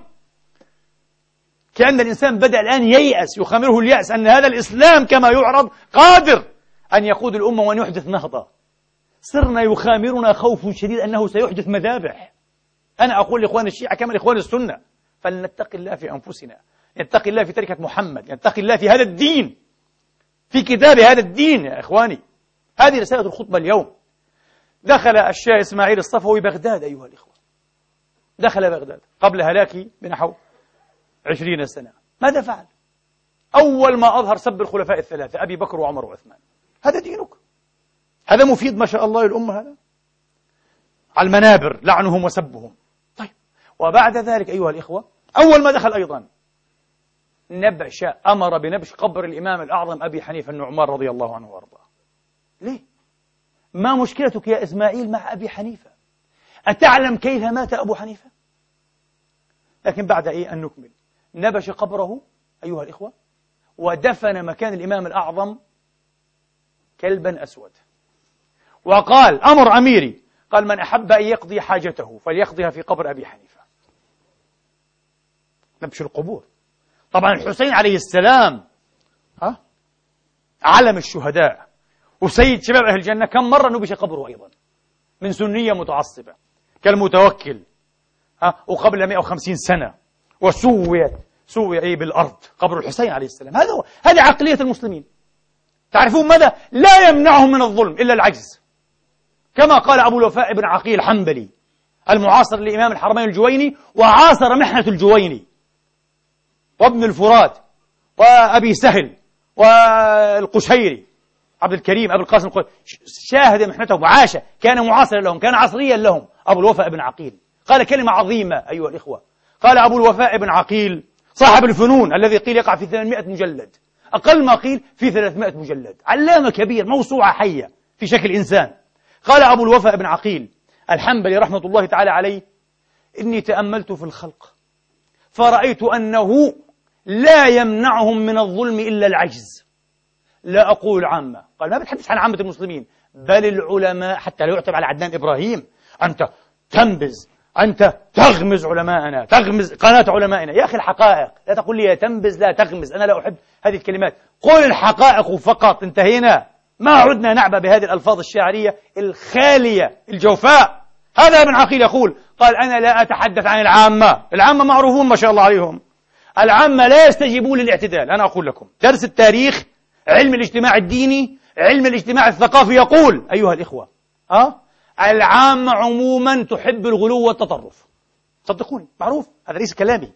كأن الإنسان بدأ الآن ييأس، يخامره اليأس أن هذا الإسلام كما يعرض قادر أن يقود الأمة وأن يحدث نهضة. صرنا يخامرنا خوف شديد أنه سيحدث مذابح. أنا أقول لإخوان الشيعة كما لإخوان السنة، فلنتقي الله في أنفسنا، نتقي الله في تركة محمد، نتقي الله في هذا الدين، في كتاب هذا الدين يا إخواني. هذه رسالة الخطبة اليوم. دخل الشاه إسماعيل الصفوي بغداد أيها الإخوة، دخل بغداد قبل هلاكه بنحو 20 سنة. ماذا فعل؟ أول ما أظهر سب الخلفاء الثلاثة أبي بكر وعمر وعثمان. هذا دينك؟ هذا مفيد ما شاء الله للأمة؟ هذا على المنابر لعنهم وسبهم. طيب، وبعد ذلك أيها الإخوة أول ما دخل أيضا أمر بنبش قبر الإمام الأعظم أبي حنيفة النعمان رضي الله عنه وأرضاه. ليه؟ ما مشكلتك يا إسماعيل مع أبي حنيفة؟ أتعلم كيف مات أبو حنيفة؟ لكن بعد أن نكمل، نبش قبره أيها الإخوة، ودفن مكان الإمام الأعظم كلبا أسود، وقال أمر أميري، قال من أحب أن يقضي حاجته فليقضيها في قبر أبي حنيفة. نبش القبور. طبعا الحسين عليه السلام علم الشهداء وسيد شباب أهل الجنة، كم مرة نبش قبره أيضا من سنية متعصبة كالمتوكل وقبل 150 سنة، وسوي بالأرض قبر الحسين عليه السلام. هذه عقلية المسلمين. تعرفون ماذا؟ لا يمنعهم من الظلم إلا العجز، كما قال أبو الوفاء بن عقيل الحنبلي المعاصر لإمام الحرمين الجويني، وعاصر محنة الجويني وابن الفرات وأبي سهل والقشيري عبد الكريم أبو القاسم شاهد محنتهم وعاش، كان معاصرا لهم، كان عصريا لهم. أبو الوفاء بن عقيل قال كلمة عظيمة أيها الإخوة، قال أبو الوفاء بن عقيل صاحب الفنون الذي قيل يقع في 300 مجلد، أقل ما قيل في 300 مجلد، علامة كبير، موسوعة حية في شكل إنسان. قال أبو الوفاء بن عقيل الحنبلي رحمة الله تعالى عليه: إني تأملت في الخلق فرأيت أنه لا يمنعهم من الظلم إلا العجز. لا أقول عامة، قال ما بتحدث عن عامة المسلمين، بل العلماء، حتى لا يعتب على عدنان إبراهيم، أنت تنبذ، أنت تغمز علماءنا، تغمز قناة علمائنا. يا أخي الحقائق، لا تقول لي يا تنبذ لا تغمز، أنا لا أحب هذه الكلمات. قل الحقائق فقط، انتهينا، ما عدنا نعبأ بهذه الألفاظ الشعرية الخالية الجوفاء. هذا ابن عقيل يقول، قال أنا لا أتحدث عن العامة، العامة معروفون ما شاء الله عليهم، العامة لا يستجيبون للاعتدال. أنا أقول لكم درس التاريخ، علم الاجتماع الديني، علم الاجتماع الثقافي يقول أيها الإخوة، العامة عموما تحب الغلو والتطرف، صدقوني معروف، هذا ليس كلامي،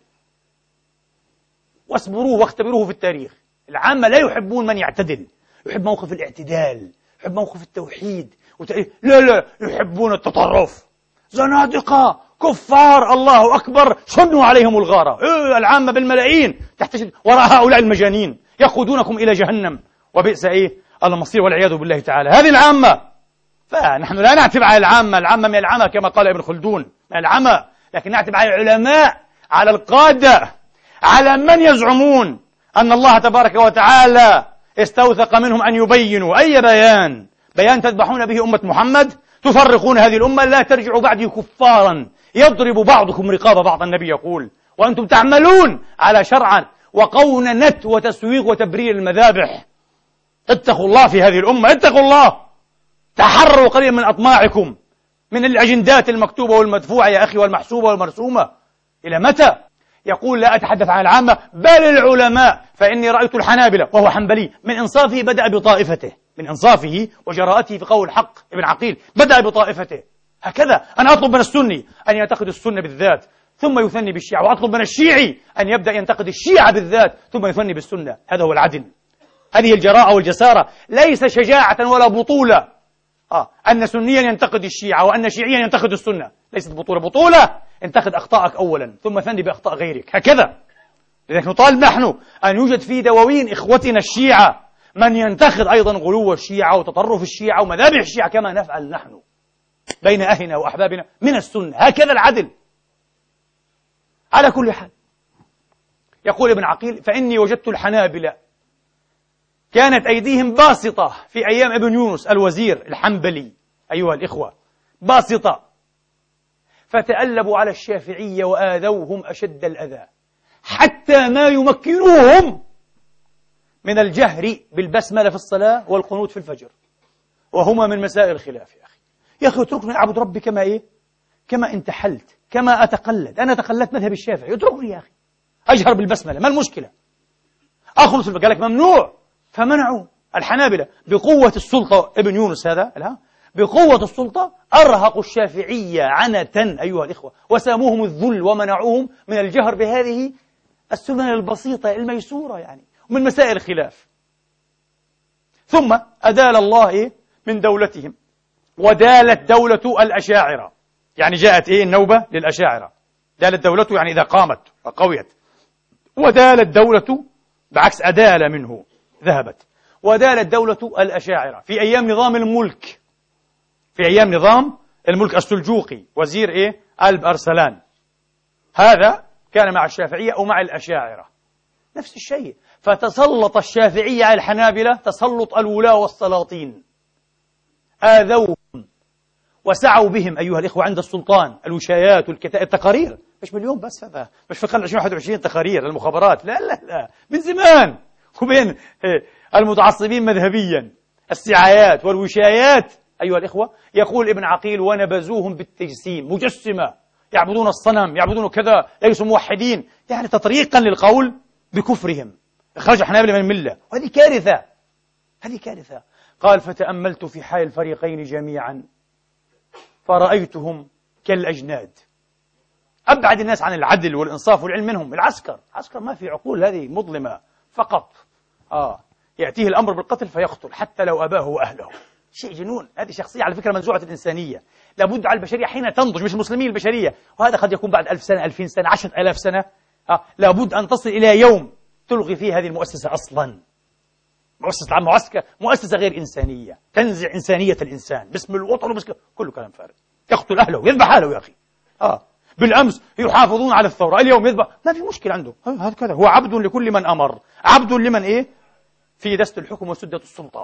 واصبروه واختبروه في التاريخ. العامة لا يحبون من يعتدل، يحب موقف الاعتدال، يحب موقف التوحيد لا يحبون التطرف، زنادقة كفار الله أكبر، شنوا عليهم الغارة. العامة بالملايين تحتشد وراء هؤلاء المجانين يقودونكم إلى جهنم وبئس المصير والعياذ بالله تعالى. هذه العامة، فنحن لا نعتب على العامة، العامة من العمى كما قال ابن خلدون، من العمى، لكن نعتب على العلماء، على القادة، على من يزعمون أن الله تبارك وتعالى استوثق منهم أن يبينوا أي بيان تذبحون به أمة محمد، تفرقون هذه الأمة، لا ترجعوا بعدي كفارا يضرب بعضكم رقاب بعض، النبي يقول، وأنتم تعملون على شرع وقوننة وتسويق وتبرير المذابح. اتقوا الله في هذه الأمة، اتقوا الله، تحرروا قليلا من أطماعكم، من الأجندات المكتوبة والمدفوعة يا أخي، والمحسوبة والمرسومة. إلى متى؟ يقول لا أتحدث عن العامة بل العلماء، فإني رأيت الحنابلة وهو حنبلي من إنصافه بدأ بطائفته، من إنصافه وجراءته في قول الحق ابن عقيل بدأ بطائفته. هكذا أنا أطلب من السني أن ينتقد السنة بالذات ثم يثني بالشيعة، وأطلب من الشيعي أن يبدأ ينتقد الشيعة بالذات ثم يثني بالسنة. هذا هو العدل، هذه الجراءة والجسارة، ليس شجاعة ولا بطولة أن سنيا ينتقد الشيعة وأن شيعيا ينتقد السنة، ليست بطولة، انتقد أخطاءك أولا ثم ثني بأخطاء غيرك، هكذا. لذلك نطالب نحن أن يوجد في دواوين إخوتنا الشيعة من ينتقد أيضا غلو الشيعة وتطرف الشيعة ومذابح الشيعة كما نفعل نحن بين أهلنا وأحبابنا من السنة، هكذا العدل. على كل حال، يقول ابن عقيل فإني وجدت الحنابلة كانت أيديهم باسطة في أيام ابن يونس الوزير الحنبلي، أيها الإخوة، باسطة، فتألبوا على الشافعية وآذوهم أشد الأذى حتى ما يمكنوهم من الجهر بالبسملة في الصلاة والقنوت في الفجر، وهما من مسائل الخلاف. يا أخي اتركني أعبد ربي كما انتحلت، كما أتقلد، أنا تقلدت مذهب الشافعي، اتركني يا أخي أجهر بالبسملة، ما المشكلة؟ أخلص قال لك ممنوع، فمنعوا الحنابلة بقوة السلطة. ابن يونس هذا بقوة السلطة أرهقوا الشافعية عنة أيها الإخوة، وساموهم الذل ومنعوهم من الجهر بهذه السنن البسيطة الميسورة يعني من مسائل الخلاف. ثم أدال الله من دولتهم ودالت دولة الأشاعرة، يعني جاءت النوبة للأشاعرة، دالت دولته يعني إذا قامت وقويت، ودالت دولة بعكس أدال منه ذهبت، ودالت دولة الأشاعرة في أيام نظام الملك، في أيام نظام الملك السلجوقي وزير ألب أرسلان، هذا كان مع الشافعية أو مع الأشاعرة نفس الشيء. فتسلط الشافعية على الحنابلة تسلط الولاة والسلاطين، آذوهم وسعوا بهم أيها الإخوة عند السلطان، الوشايات والكتائب، التقارير، مش باليوم بس، هذا مش في القرن 2021 تقارير المخابرات، لا من زمان، وبين المتعصبين مذهبيا، السعايات والوشايات أيها الإخوة. يقول ابن عقيل ونبذوهم بالتجسيم، مجسمة، يعبدون الصنم، يعبدون كذا، ليسوا موحدين، يعني تطريقا للقول بكفرهم، إخراج الحنابلة من الملة، وهذه كارثة، هذه كارثة. قال فتأملت في حال الفريقين جميعا فرأيتهم كالأجناد، أبعد الناس عن العدل والإنصاف والعلم منهم العسكر ما في عقول، هذه مظلمة فقط، يأتيه الأمر بالقتل فيقتل حتى لو أباه وأهله، شيء جنون. هذه شخصية على فكرة منزوعة الإنسانية، لابد على البشرية حين تنضج، مش المسلمين، البشرية، وهذا قد يكون بعد 1000 سنة 2000 سنة 10,000 سنة، لابد أن تصل إلى يوم تلغي فيه هذه المؤسسة أصلا، مؤسسة غير إنسانية، تنزع إنسانية الإنسان باسم الوطن وباسم كله كلام فارغ، يقتل أهله، يذبح أهله يا أخي، بالأمس يحافظون على الثورة، اليوم يذبح، ما في مشكلة عنده، هكذا هو عبد لكل من أمر، عبد لمن في دست الحكم وسدة السلطة،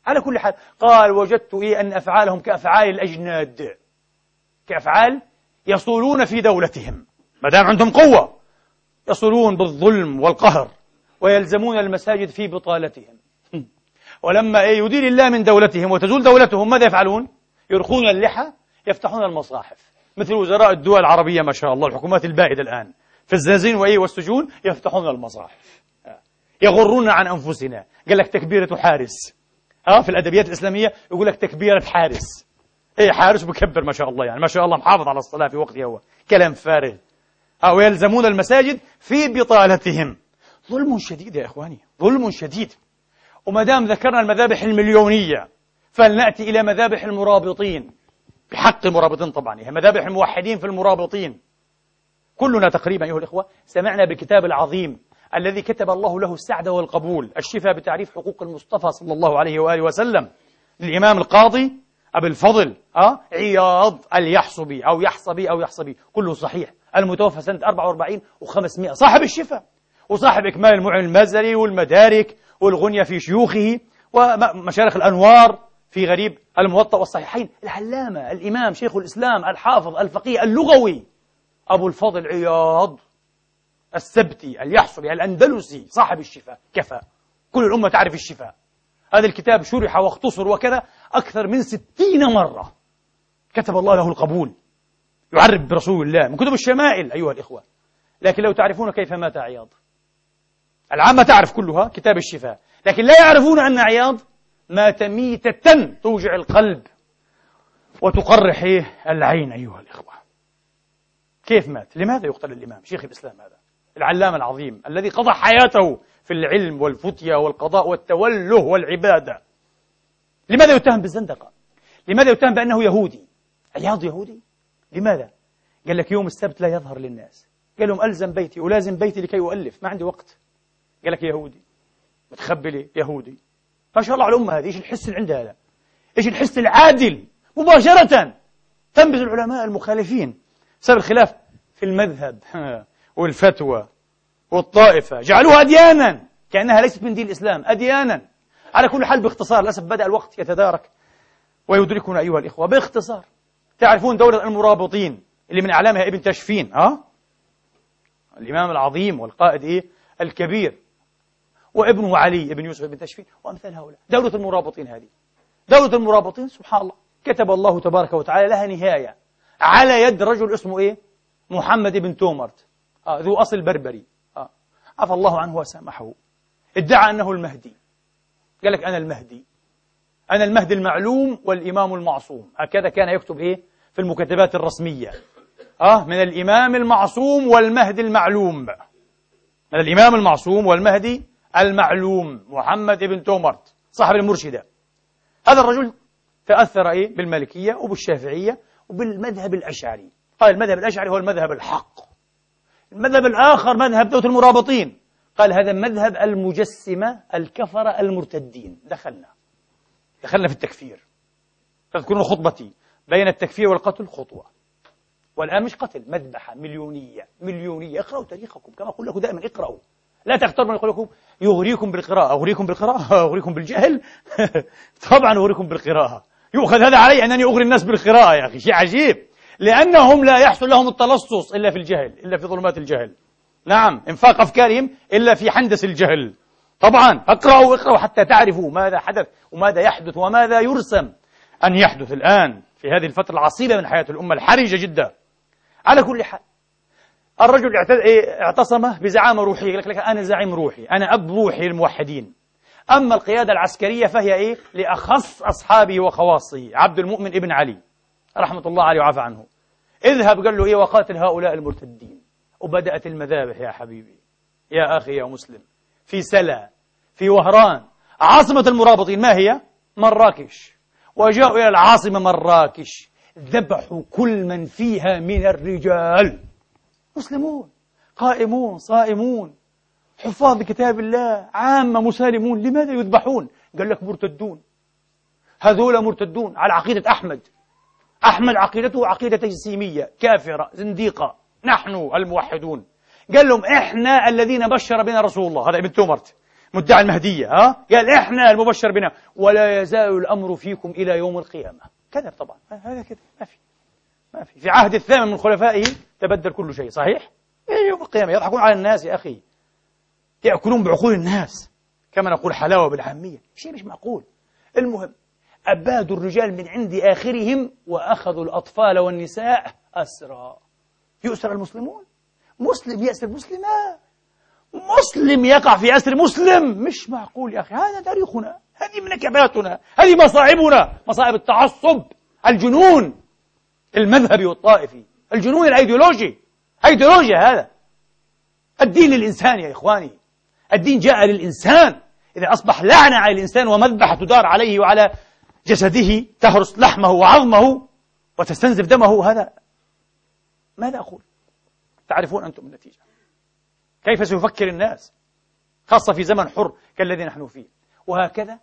على كل حال قال وجدت أن أفعالهم كأفعال الأجناد، كأفعال يصولون في دولتهم، ما دام عندهم قوة يصولون بالظلم والقهر ويلزمون المساجد في بطالتهم. ولما يدير الله من دولتهم وتزول دولتهم ماذا يفعلون؟ يرخون اللحى، يفتحون المصاحف، مثل وزراء الدول العربية ما شاء الله، الحكومات البائدة الآن في الزنازين والسجون يفتحون المصاحف، يغرون عن أنفسنا. قال لك تكبيرة حارس، في الأدبيات الإسلامية يقول لك تكبيرة حارس، حارس بكبر ما شاء الله، يعني ما شاء الله محافظ على الصلاة في وقتها، هو كلام فارغ. ويلزمون المساجد في بطالتهم. ظلم شديد يا إخواني، ظلم شديد. وما دام ذكرنا المذابح المليونية فلنأتي إلى مذابح المرابطين، بحق المرابطين طبعا، هي مذابح الموحدين في المرابطين. كلنا تقريبا أيها الإخوة سمعنا بالكتاب العظيم الذي كتب الله له السعد والقبول، الشفاء بتعريف حقوق المصطفى صلى الله عليه وآله وسلم، للإمام القاضي أبي الفضل عياض اليحصبي أو يحصبي، كله صحيح، المتوفى سنة 44 و500، صاحب الشفاء وصاحب إكمال المعين المزري والمدارك والغنية في شيوخه ومشارخ الأنوار في غريب الموطأ والصحيحين، العلامة الإمام شيخ الإسلام الحافظ الفقيه اللغوي أبو الفضل عياض السبتي اليحصبي الأندلسي، صاحب الشفاء، كفى كل الأمة تعرف الشفاء. هذا الكتاب شرح واختصر وكذا أكثر من 60 مرة، كتب الله له القبول، يعرف برسول الله من كتب الشمائل أيها الإخوة. لكن لو تعرفون كيف مات عياض، العامة تعرف كلها كتاب الشفاء، لكن لا يعرفون أن عياض مات ميتة توجع القلب وتقرح العين أيها الإخوة. كيف مات؟ لماذا يقتل الإمام شيخ الإسلام هذا العلامة العظيم الذي قضى حياته في العلم والفتية والقضاء والتوله والعبادة؟ لماذا يتهم بالزندقة؟ لماذا يتهم بأنه يهودي؟ عياض يهودي؟ لماذا؟ قال لك يوم السبت لا يظهر للناس، قال لهم ألزم بيتي ألازم بيتي لكي أؤلف، ما عندي وقت. قال لك يهودي متخبي لي يهودي. ما شاء الله على الأمة هذه، إيش الحس اللي عندها هذا؟ إيش الحس العادل؟ مباشرة تنبذ العلماء المخالفين بسبب الخلاف في المذهب والفتوى والطائفة، جعلوها أديانا كأنها ليست من دين الإسلام، أديانا. على كل حال باختصار، للأسف بدأ الوقت يتدارك ويدركنا أيها الإخوة. باختصار، تعرفون دولة المرابطين اللي من أعلامها ابن تشفين، الإمام العظيم والقائد الكبير، وابنه علي ابن يوسف ابن تشفين وأمثال هؤلاء. دولة المرابطين هذه، دولة المرابطين سبحان الله كتب الله تبارك وتعالى لها نهاية على يد رجل اسمه محمد بن تومرت، ذو أصل بربري، عفى الله عنه وسامحه. ادعى أنه المهدي، قال لك أنا المهدي، أنا المهدي المعلوم والإمام المعصوم، هكذا كان يكتب في المكتبات الرسمية، من الإمام المعصوم والمهدي المعلوم، من الإمام المعصوم والمهدي المعلوم، محمد بن تومرت صاحب المرشدة. هذا الرجل تأثر بالمالكية وبالشافعية وبالمذهب الأشعري، قال المذهب الأشعري هو المذهب الحق، المذهب الآخر مذهب دولة المرابطين، قال هذا مذهب المجسمة الكفرة المرتدين. دخلنا في التكفير. تذكرون خطبتي بين التكفير والقتل خطوة، والآن مش قتل، مذبحة مليونية. اقرأوا تاريخكم كما أقول لكم دائما، اقرأوا، لا تغتروا من يقول لكم يغريكم بالقراءة. أغريكم بالجهل؟ طبعا أغريكم بالقراءة. يؤخذ هذا علي أنني أغري الناس بالقراءة يا أخي، شيء عجيب، لأنهم لا يحصل لهم التلصص إلا في الجهل، إلا في ظلمات الجهل. نعم، انفاق أفكارهم إلا في حندس الجهل. طبعا اقرأوا حتى تعرفوا ماذا حدث وماذا يحدث وماذا يرسم أن يحدث الآن في هذه الفترة العصيبة من حياة الأمة الحرجة جدا. على كل حال، الرجل اعتصم بزعامة روحية، يقول لك أنا زعيم روحي، أنا أب روحي للموحدين. أما القيادة العسكرية فهي لأخص أصحابه وخواصه، عبد المؤمن ابن علي رحمة الله عليه وعفى عنه. اذهب قال له وقاتل هؤلاء المرتدين. وبدأت المذابح يا حبيبي، يا أخي يا مسلم، في سلا، في وهران، عاصمة المرابطين ما هي؟ مراكش. وجاءوا إلى العاصمة مراكش، ذبحوا كل من فيها من الرجال، مسلمون قائمون صائمون حفاظ لكتاب الله، عامة مسالمون. لماذا يذبحون؟ قال لك مرتدون، هذول مرتدون على عقيدة أحمد عقيدته عقيدة تجسيمية كافرة زنديقة، نحن الموحدون. قال لهم إحنا الذين بشر بنا رسول الله، هذا ابن تومرت، مدعي المهدية، قال إحنا المبشر بنا ولا يزال الأمر فيكم إلى يوم القيامة. كذب طبعا، هذا كذب، ما في عهد الثامن من خلفائه تبدل كل شيء، صحيح؟ يوم القيامة يضحكون على الناس يا أخي، يأكلون بعقول الناس كما نقول حلاوة بالعامية، شيء مش معقول. المهم أبادوا الرجال من عند آخرهم وأخذوا الأطفال والنساء أسرى. يؤسر المسلمون، مسلم يأسر مسلما، مسلم يقع في أسر مسلم، مش معقول يا أخي. هذا تاريخنا، هذه منكباتنا، هذه مصاعبنا، مصائب التعصب، الجنون المذهبي والطائفي، الجنون الأيديولوجي، أيديولوجيا. هذا الدين للإنسان يا إخواني، الدين جاء للإنسان. إذا أصبح لعنة على الإنسان ومذبحة تدار عليه وعلى جسده، تهرس لحمه وعظمه وتستنزف دمه، هذا ماذا أقول؟ تعرفون أنتم النتيجة، كيف سيفكر الناس، خاصة في زمن حر كالذي نحن فيه. وهكذا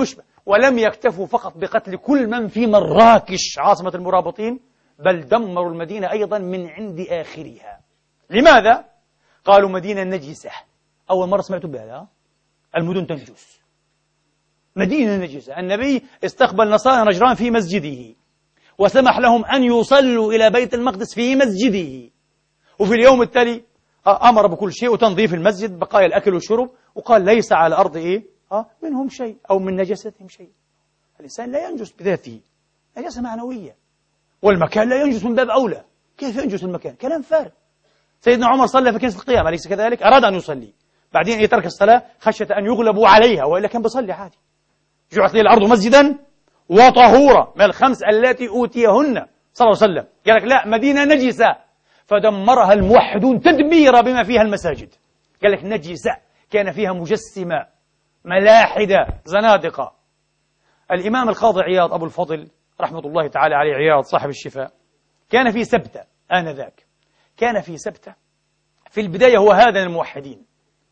ولم يكتفوا فقط بقتل كل من في مراكش عاصمة المرابطين، بل دمروا المدينة أيضا من عند آخرها. لماذا؟ قالوا مدينة نجسة. أول مرة سمعتوا بهذا، المدن تنجس، مدينة نجسة. النبي استقبل نصارى نجران في مسجده وسمح لهم أن يصلوا إلى بيت المقدس في مسجده، وفي اليوم التالي أمر بكل شيء وتنظيف المسجد، بقايا الأكل والشرب، وقال ليس على الأرض منهم شيء أو من نجستهم شيء. الإنسان لا ينجس بذاته، نجاسة معنوية، والمكان لا ينجس من باب أولى. كيف ينجس المكان؟ كلام فارغ. سيدنا عمر صلى في كنيسة القيامة، أليس كذلك؟ أراد أن يصلي، بعدين يترك الصلاة خشية أن يغلبوا عليها، وإلا كان بيصلي عادي. جعلت لي الأرض مسجدا وطهورا من الخمس التي أوتيهن صلى الله عليه وسلم. قال لك لا، مدينة نجسة، فدمرها الموحدون تدميرا بما فيها المساجد. قال لك نجسة، كان فيها مجسمة، ملاحدة، زنادقة. الإمام القاضي عياض أبو الفضل رحمة الله تعالى عليه، عياض صاحب الشفاء، كان في سبتة آنذاك، كان في سبتة في البداية هو هذا الموحدين،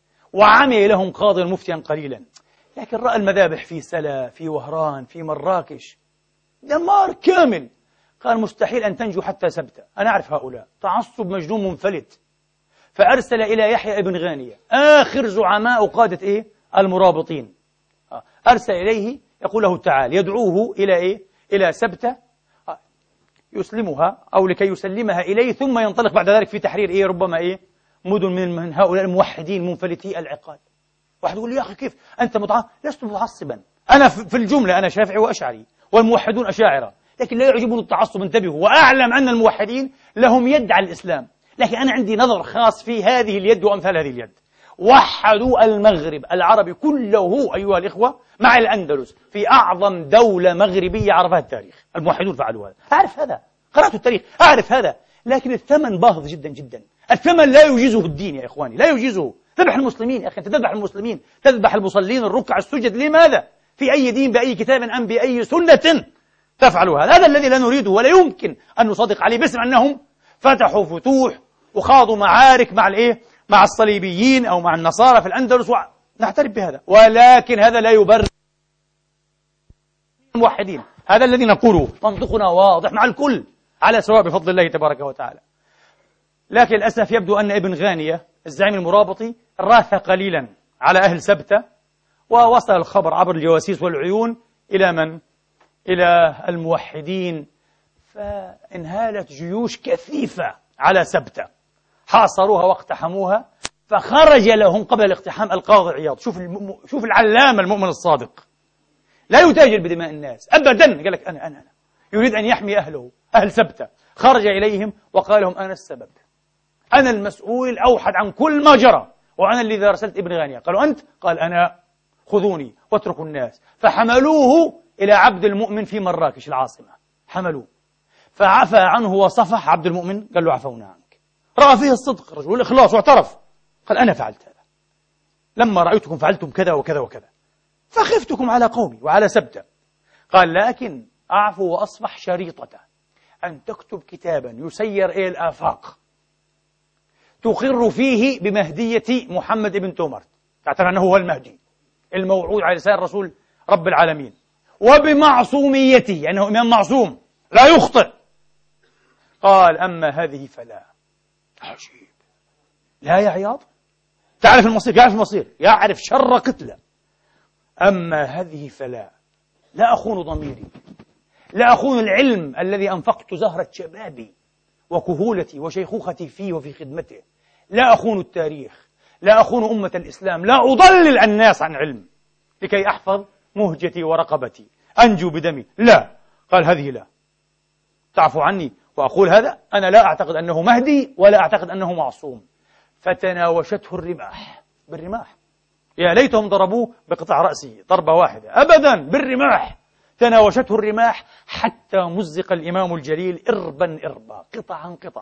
وعمل لهم قاضيا مفتيا قليلا، لكن رأى المذابح في سلا، في وهران، في مراكش، دمار كامل. قال مستحيل أن تنجو حتى سبتة، أنا أعرف هؤلاء، تعصب مجنون منفلت. فأرسل إلى يحيى ابن غانية آخر زعماء قادة المرابطين، أرسل إليه يقول له تعال، يدعوه إلى إلى سبتة يسلمها أو لكي يسلمها إليه، ثم ينطلق بعد ذلك في تحرير ربما مدن من هؤلاء الموحدين منفلتي العقاد. واحد يقول لي يا أخي كيف أنت لست متعصبا، أنا في الجملة أنا شافعي وأشعري والموحدون أشاعرة، لكن لا يعجبني التعصب، انتبهوا، وأعلم أن الموحدين لهم يد على الإسلام، لكن أنا عندي نظر خاص في هذه اليد وأمثال هذه اليد. وحدوا المغرب العربي كله أيها الإخوة مع الأندلس في أعظم دولة مغربية عرفها التاريخ، الموحدون فعلوا هذا، أعرف هذا، قرأت التاريخ أعرف هذا، لكن الثمن باهظ جدا جدا. الثمن لا يجيزه الدين يا إخواني، لا يجيزه. تذبح المسلمين يا أخي، أنت تذبح المسلمين، تذبح المصلين الركع السجد، لماذا؟ في أي دين، بأي كتاب أم بأي سنة تفعل هذا؟ هذا الذي لا نريده ولا يمكن أن نصدق عليه، باسم أنهم فتحوا فتوح وخاضوا معارك مع الصليبيين أو مع النصارى في الأندلس، نعترف بهذا، ولكن هذا لا يبرر الموحدين. هذا الذي نقوله، منطقنا واضح مع الكل على سواء بفضل الله تبارك وتعالى. لكن للأسف يبدو أن ابن غانية الزعيم المرابطي راث قليلا على أهل سبتة، ووصل الخبر عبر الجواسيس والعيون إلى من؟ إلى الموحدين، فانهالت جيوش كثيفة على سبتة، حاصروها واقتحموها، فخرج لهم قبل الاقتحام القاضي عياض. شوف العلامة المؤمن الصادق، لا يتاجر بدماء الناس أبدا، قال لك أنا يريد أن يحمي أهله، أهل سبتة. خرج إليهم وقال لهم أنا السبب، أنا المسؤول الأوحد عن كل ما جرى، وأنا الذي أرسلت ابن غانية. قالوا أنت؟ قال أنا، خذوني واتركوا الناس. فحملوه إلى عبد المؤمن في مراكش العاصمة، حملوه، فعفى عنه وصفح عبد المؤمن، قال له عفونا عنك. رأى فيه الصدق الرجل والإخلاص واعترف، قال أنا فعلت هذا، لما رأيتكم فعلتم كذا وكذا وكذا فخفتكم على قومي وعلى سبتة. قال لكن أعفو وأصفح شريطة أن تكتب كتابا يسير إلى الآفاق تقر فيه بمهدية محمد بن تومرت، تعتبر أنه هو المهدي الموعود على لسان الرسول رب العالمين، وبمعصوميته أنه إمام معصوم لا يخطئ. قال أما هذه فلا. عجيب، لا يا عياض، تعرف المصير، يعرف المصير، يعرف شر قتلة. أما هذه فلا، لا أخون ضميري، لا أخون العلم الذي أنفقت زهرة شبابي وكهولتي وشيخوختي فيه وفي خدمته، لا أخون التاريخ، لا أخون أمة الإسلام، لا أضلل الناس عن علم لكي أحفظ مهجتي ورقبتي أنجو بدمي، لا. قال هذه لا، تعفو عني وأقول هذا، أنا لا أعتقد أنه مهدي ولا أعتقد أنه معصوم. فتناوشته الرماح، بالرماح، يا ليتهم ضربوه بقطع رأسه ضربة واحدة، أبدا، بالرماح. تناوشته الرماح حتى مزق الإمام الجليل إربا إربا، قطعا قطعا.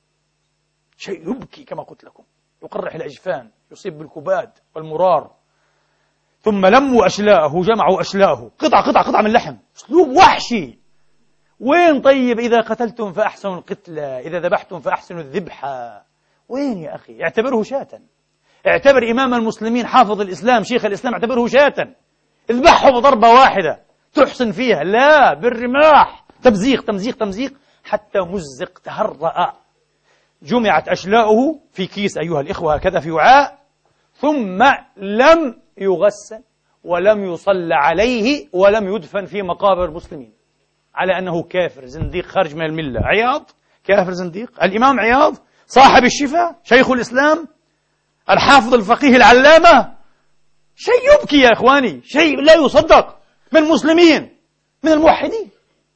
شيء يبكي كما قلت لكم، يقرح الأجفان، يصيب بالكباد والمرار. ثم لموا أشلاءه، جمعوا أشلاءه، قطعة قطعة قطعة من لحم، أسلوب وحشي. وين طيب إذا قتلتم فأحسنوا القتلة، إذا ذبحتم فأحسنوا الذبحة؟ وين يا أخي؟ اعتبره شاة، اعتبر إمام المسلمين حافظ الإسلام شيخ الإسلام، اعتبره شاة، اذبحه بضربة واحدة تحسن فيها. لا، بالرماح، تمزيق تمزيق تمزيق حتى مزق تهرأ. جمعت أشلاؤه في كيس أيها الإخوة هكذا في وعاء، ثم لم يغسل ولم يصلى عليه ولم يدفن في مقابر المسلمين، على أنه كافر زنديق خارج من الملة. عياض كافر زنديق، الإمام عياض صاحب الشفاء شيخ الإسلام الحافظ الفقيه العلامة، شيء يبكي يا إخواني، شيء لا يصدق، من المسلمين، من الموحدين،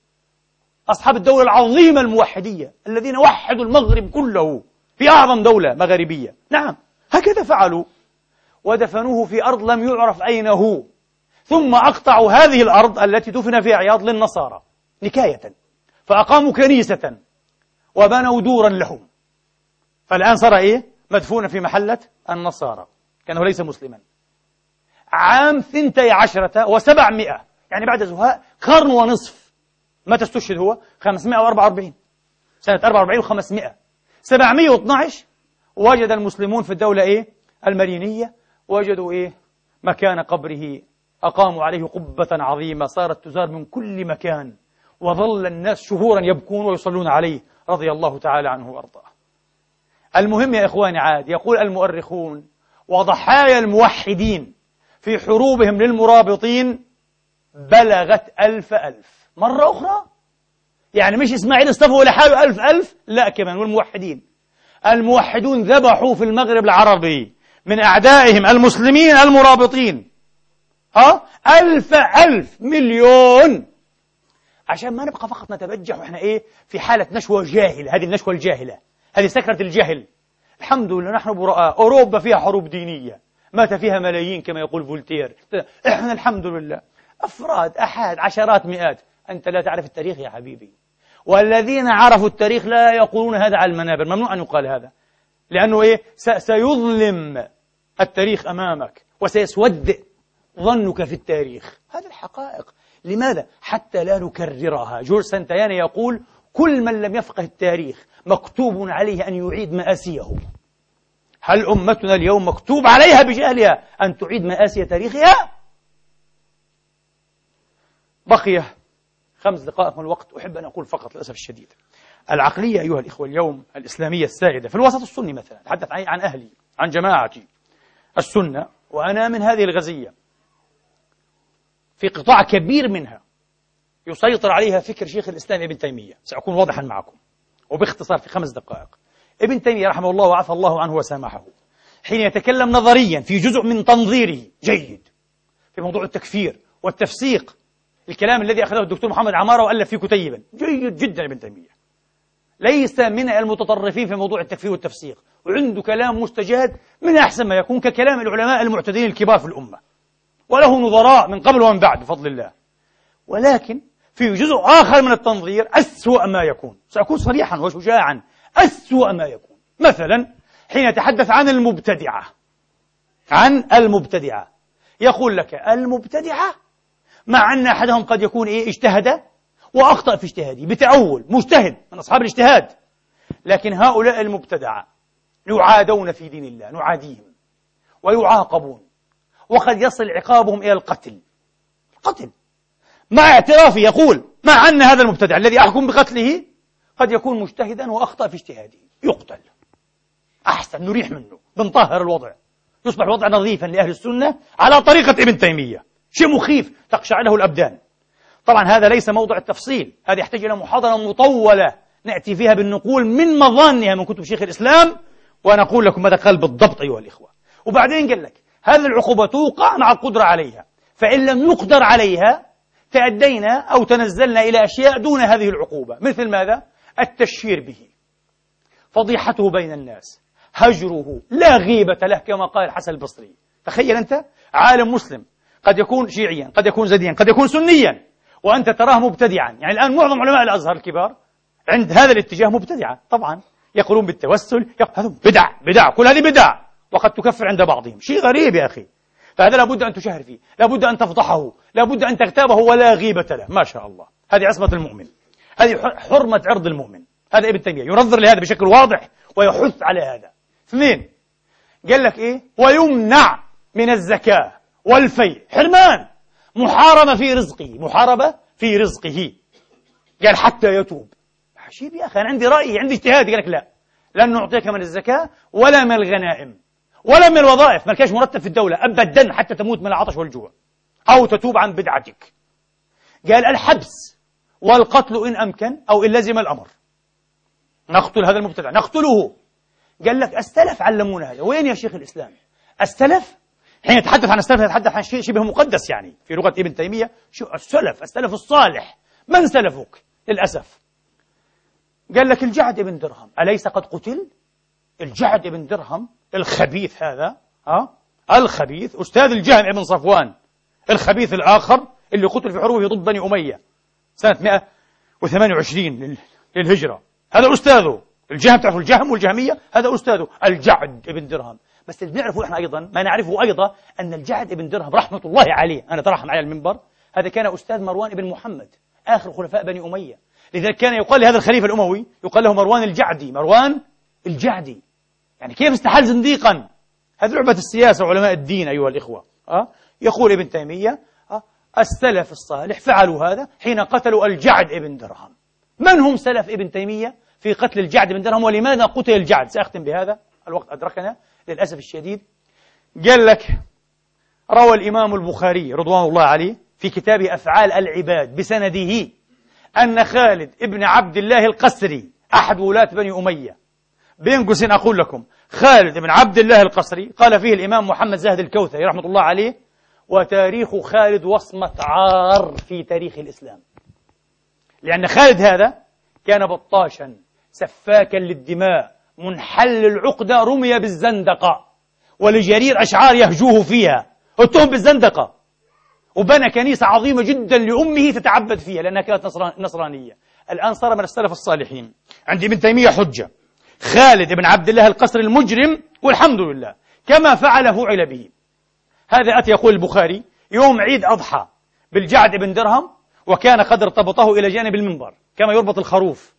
أصحاب الدولة العظيمة الموحدية الذين وحدوا المغرب كله في أعظم دولة مغربية. نعم، هكذا فعلوا، ودفنوه في أرض لم يعرف أين هو، ثم أقطعوا هذه الأرض التي دفن فيها عياض للنصارى نكاية، فأقاموا كنيسة وبنوا دورا لهم، فالآن صار إيه؟ مدفونا في محلة النصارى كأنه ليس مسلما. عام 12 و700، يعني بعد زهاء قرن ونصف. متى استشهد هو؟ 544، سنة 44 و500. 712 وجد المسلمون في الدولة إيه؟ المرينية، وجدوا إيه؟ مكان قبره، أقاموا عليه قبة عظيمة صارت تزار من كل مكان، وظل الناس شهورا يبكون ويصلون عليه رضي الله تعالى عنه وأرضاه. المهم يا إخواني، عاد يقول المؤرخون: وضحايا الموحدين في حروبهم للمرابطين بلغت 1000 مرة أخرى. يعني مش إسماعيل اصطفوا لحاله 1000 لا، كمان والموحدين. الموحدون ذبحوا في المغرب العربي من أعدائهم المسلمين المرابطين 1000 مليون. عشان ما نبقى فقط نتبجح وإحنا إيه في حالة نشوة جاهلة، هذه النشوة الجاهلة، هذه سكرة الجهل. الحمد لله نحن براء، أوروبا فيها حروب دينية مات فيها ملايين كما يقول فولتير، إحنا الحمد لله أفراد، أحاد، عشرات، مئات. أنت لا تعرف التاريخ يا حبيبي، والذين عرفوا التاريخ لا يقولون هذا على المنابر، ممنوع أن يقال هذا، لأنه إيه سيظلم التاريخ أمامك وسيسود ظنك في التاريخ. هذه الحقائق. لماذا؟ حتى لا نكررها. جورج سانتياني يقول: كل من لم يفقه التاريخ مكتوب عليه أن يعيد مآسيه. هل أمتنا اليوم مكتوب عليها بجهلها أن تعيد مآسي تاريخها؟ بقي 5 دقائق من الوقت. أحب أن أقول فقط للأسف الشديد، العقلية أيها الإخوة اليوم الإسلامية السائدة في الوسط السني مثلا، أتحدث عن أهلي، عن جماعتي السنة، وأنا من هذه الغزية، في قطاع كبير منها يسيطر عليها فكر شيخ الإسلام ابن تيمية. سأكون واضحا معكم وباختصار في 5 دقائق. ابن تيمية رحمه الله وعفى الله عنه وسامحه، حين يتكلم نظريا في جزء من تنظيره جيد في موضوع التكفير والتفسيق، الكلام الذي أخذه الدكتور محمد عمارة وألف فيه كتيبا، جيد جدا ابن تيمية، ليس من المتطرفين في موضوع التكفير والتفسيق، وعنده كلام مستجاد من أحسن ما يكون ككلام العلماء المعتدين الكبار في الأمة، وله نظراء من قبل ومن بعد بفضل الله. ولكن في جزء آخر من التنظير أسوأ ما يكون، سأكون صريحا وشجاعا، أسوأ ما يكون. مثلا حين يتحدث عن المبتدعة، يقول لك المبتدعة مع أن أحدهم قد يكون اجتهد وأخطأ في اجتهاده بتأول، مجتهد من أصحاب الاجتهاد، لكن هؤلاء المبتدعة يعادون في دين الله، نعاديهم ويعاقبون، وقد يصل عقابهم إلى القتل مع اعترافه. يقول مع أن هذا المبتدع الذي أحكم بقتله قد يكون مجتهدا وأخطأ في اجتهاده، يقتل، أحسن، نريح منه، بنطهر الوضع، يصبح الوضع نظيفا لأهل السنة على طريقة ابن تيمية. شيء مخيف تقشعر له الأبدان. طبعا هذا ليس موضع التفصيل، هذا يحتاج إلى محاضرة مطولة نأتي فيها بالنقول من مظانها من كتب شيخ الإسلام، ونقول لكم ماذا قال بالضبط أيها الإخوة. وبعدين قال لك هذه العقوبة توقع مع القدرة عليها، فإن لم يقدر عليها تأدينا أو تنزلنا إلى أشياء دون هذه العقوبة، مثل ماذا؟ التشهير به، فضيحته بين الناس، هجره، لا غيبة له كما قال الحسن البصري. تخيل أنت عالم مسلم قد يكون شيعيا، قد يكون زيديا، قد يكون سنيا، وأنت تراه مبتدعا. يعني الآن معظم علماء الأزهر الكبار عند هذا الاتجاه مبتدعة طبعا، يقولون بالتوسل، هذا بدع، كل هذه بدع، وقد تكفر عند بعضهم. شيء غريب يا أخي. فهذا لابد أن تشهر فيه، لابد أن تفضحه، لابد أن تغتابه ولا غيبة له. ما شاء الله، هذه عصمة المؤمن، هذه حرمة عرض المؤمن. هذا ابن تيمية ينظر لهذا بشكل واضح ويحث على هذا. اثنين، قال لك إيه؟ ويمنع من الزكاة والفيء، حرمان، محاربة في رزقه، قال حتى يتوب. عجيب يا أخي، أنا عندي رأي، عندي اجتهاد. قال لك لا، لن نعطيك من الزكاة ولا من الغنائم ولا من الوظائف، ما لكاش مرتب في الدولة أبدا حتى تموت من العطش والجوع أو تتوب عن بدعتك. قال الحبس والقتل إن أمكن أو إن لزم الأمر، نقتل هذا المبتدع، نقتله. قال لك السلف علمونا هذا. وين يا شيخ الإسلام السلف؟ حين يتحدث عن السلف يتحدث عن شيء شبه مقدس، يعني في لغة ابن تيمية. شو السلف الصالح؟ من سلفك؟ للأسف قال لك الجعد ابن درهم، أليس قد قتل؟ الجعد ابن درهم الخبيث هذا، الخبيث أستاذ الجهم ابن صفوان، الخبيث الآخر اللي قتل في حروبه ضد بني أمية سنة 128 للهجرة، هذا أستاذه. الجهم، تعرفوا الجهم والجهمية، هذا أستاذه الجعد ابن درهم. بس اللي بنعرفه إحنا أيضا، ما نعرفه أيضا، أن الجعد ابن درهم رحمة الله عليه، أنا ترحم على المنبر، هذا كان أستاذ مروان بن محمد آخر خلفاء بني أمية. لذلك كان يقال لهذا الخليفة الأموي، يقال له مروان الجعدي. يعني كيف استحل زنديقا؟ هذه لعبة السياسة وعلماء الدين أيها الإخوة. يقول ابن تيمية السلف الصالح فعلوا هذا حين قتلوا الجعد ابن درهم. من هم سلف ابن تيمية في قتل الجعد بن درهم، ولماذا قتل الجعد؟ سأختم بهذا، الوقت أدركنا للأسف الشديد. قال لك روى الإمام البخاري رضوان الله عليه في كتاب أفعال العباد بسنده أن خالد ابن عبد الله القسري أحد ولاة بني أمية، بين قوسين أقول لكم خالد بن عبد الله القسري، قال فيه الإمام محمد زاهد الكوثري رحمة الله عليه: وتاريخ خالد وصمة عار في تاريخ الإسلام. لأن خالد هذا كان بطاشا سفاكا للدماء منحل العقدة، رمي بالزندقة، ولجرير أشعار يهجوه فيها، اتهم بالزندقة، وبنى كنيسة عظيمة جدا لأمه تتعبد فيها لأنها كانت نصرانية. الآن صار من السلف الصالحين. عند ابن تيمية حجة، خالد بن عبد الله القسري المجرم، والحمد لله كما فعل فعل به. هذا أتى يقول البخاري يوم عيد أضحى بالجعد بن درهم، وكان قد ارتبطه إلى جانب المنبر كما يربط الخروف.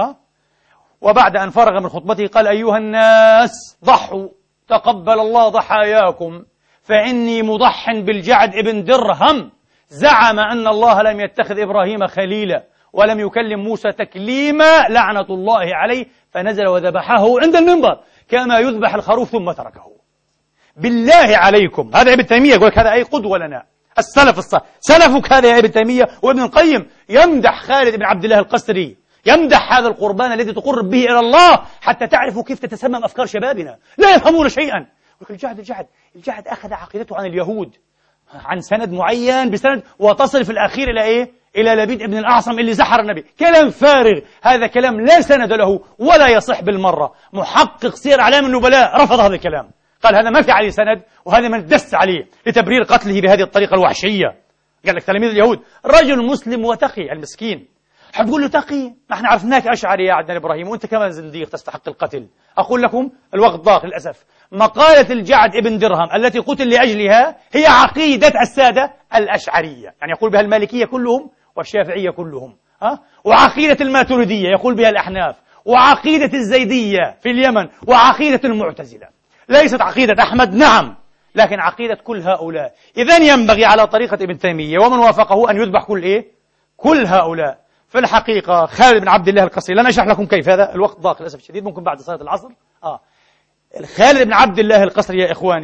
وبعد أن فرغ من خطبته قال: أيها الناس ضحوا تقبل الله ضحاياكم، فإني مضح بالجعد بن درهم زعم أن الله لم يتخذ إبراهيم خليلا ولم يكلم موسى تكليما لعنة الله عليه، فنزل وذبحه عند المنبر كما يذبح الخروف ثم تركه. بالله عليكم، هذا ابن تيمية يقول لك هذا أي قدوة لنا، السلف الصالح. سلفك هذا يا ابن تيمية. وابن القيم يمدح خالد بن عبد الله القسري، يمدح هذا القربان الذي تقرب به إلى الله حتى تعرفوا كيف تتسمم أفكار شبابنا لا يفهمون شيئا. الجعد أخذ عقيدته عن اليهود عن سند معين بسند، وتصل في الأخير إلى إيه؟ إلى لبيد ابن الأعصم اللي سحر النبي. كلام فارغ، هذا كلام لا سند له ولا يصح بالمرة. محقق سير أعلام النبلاء رفض هذا الكلام، قال هذا ما في عليه سند، وهذا من دس عليه لتبرير قتله بهذه الطريقة الوحشية. قال لك تلاميذ اليهود رجل مسلم وتقي، المسكين حتقول له تقي؟ ما احنا عرفناك أشعري يا عدنان إبراهيم، وأنت كمان زنديق تستحق القتل. أقول لكم الوقت ضاق للأسف. مقالة الجعد ابن درهم التي قتل لأجلها هي عقيدة السادة الأشعرية، يعني يقول بها المالكية كلهم والشافعية كلهم، وعقيدة الماتريدية يقول بها الأحناف، وعقيدة الزيدية في اليمن، وعقيدة المعتزلة. ليست عقيدة أحمد، نعم، لكن عقيدة كل هؤلاء. إذن ينبغي على طريقة ابن تيمية ومن وافقه أن يذبح كل هؤلاء. في الحقيقة خالد بن عبد الله القسري، لن أشرح لكم كيف، هذا الوقت ضاق للأسف الشديد، ممكن بعد صلاة العصر. خالد بن عبد الله القسري يا إخواني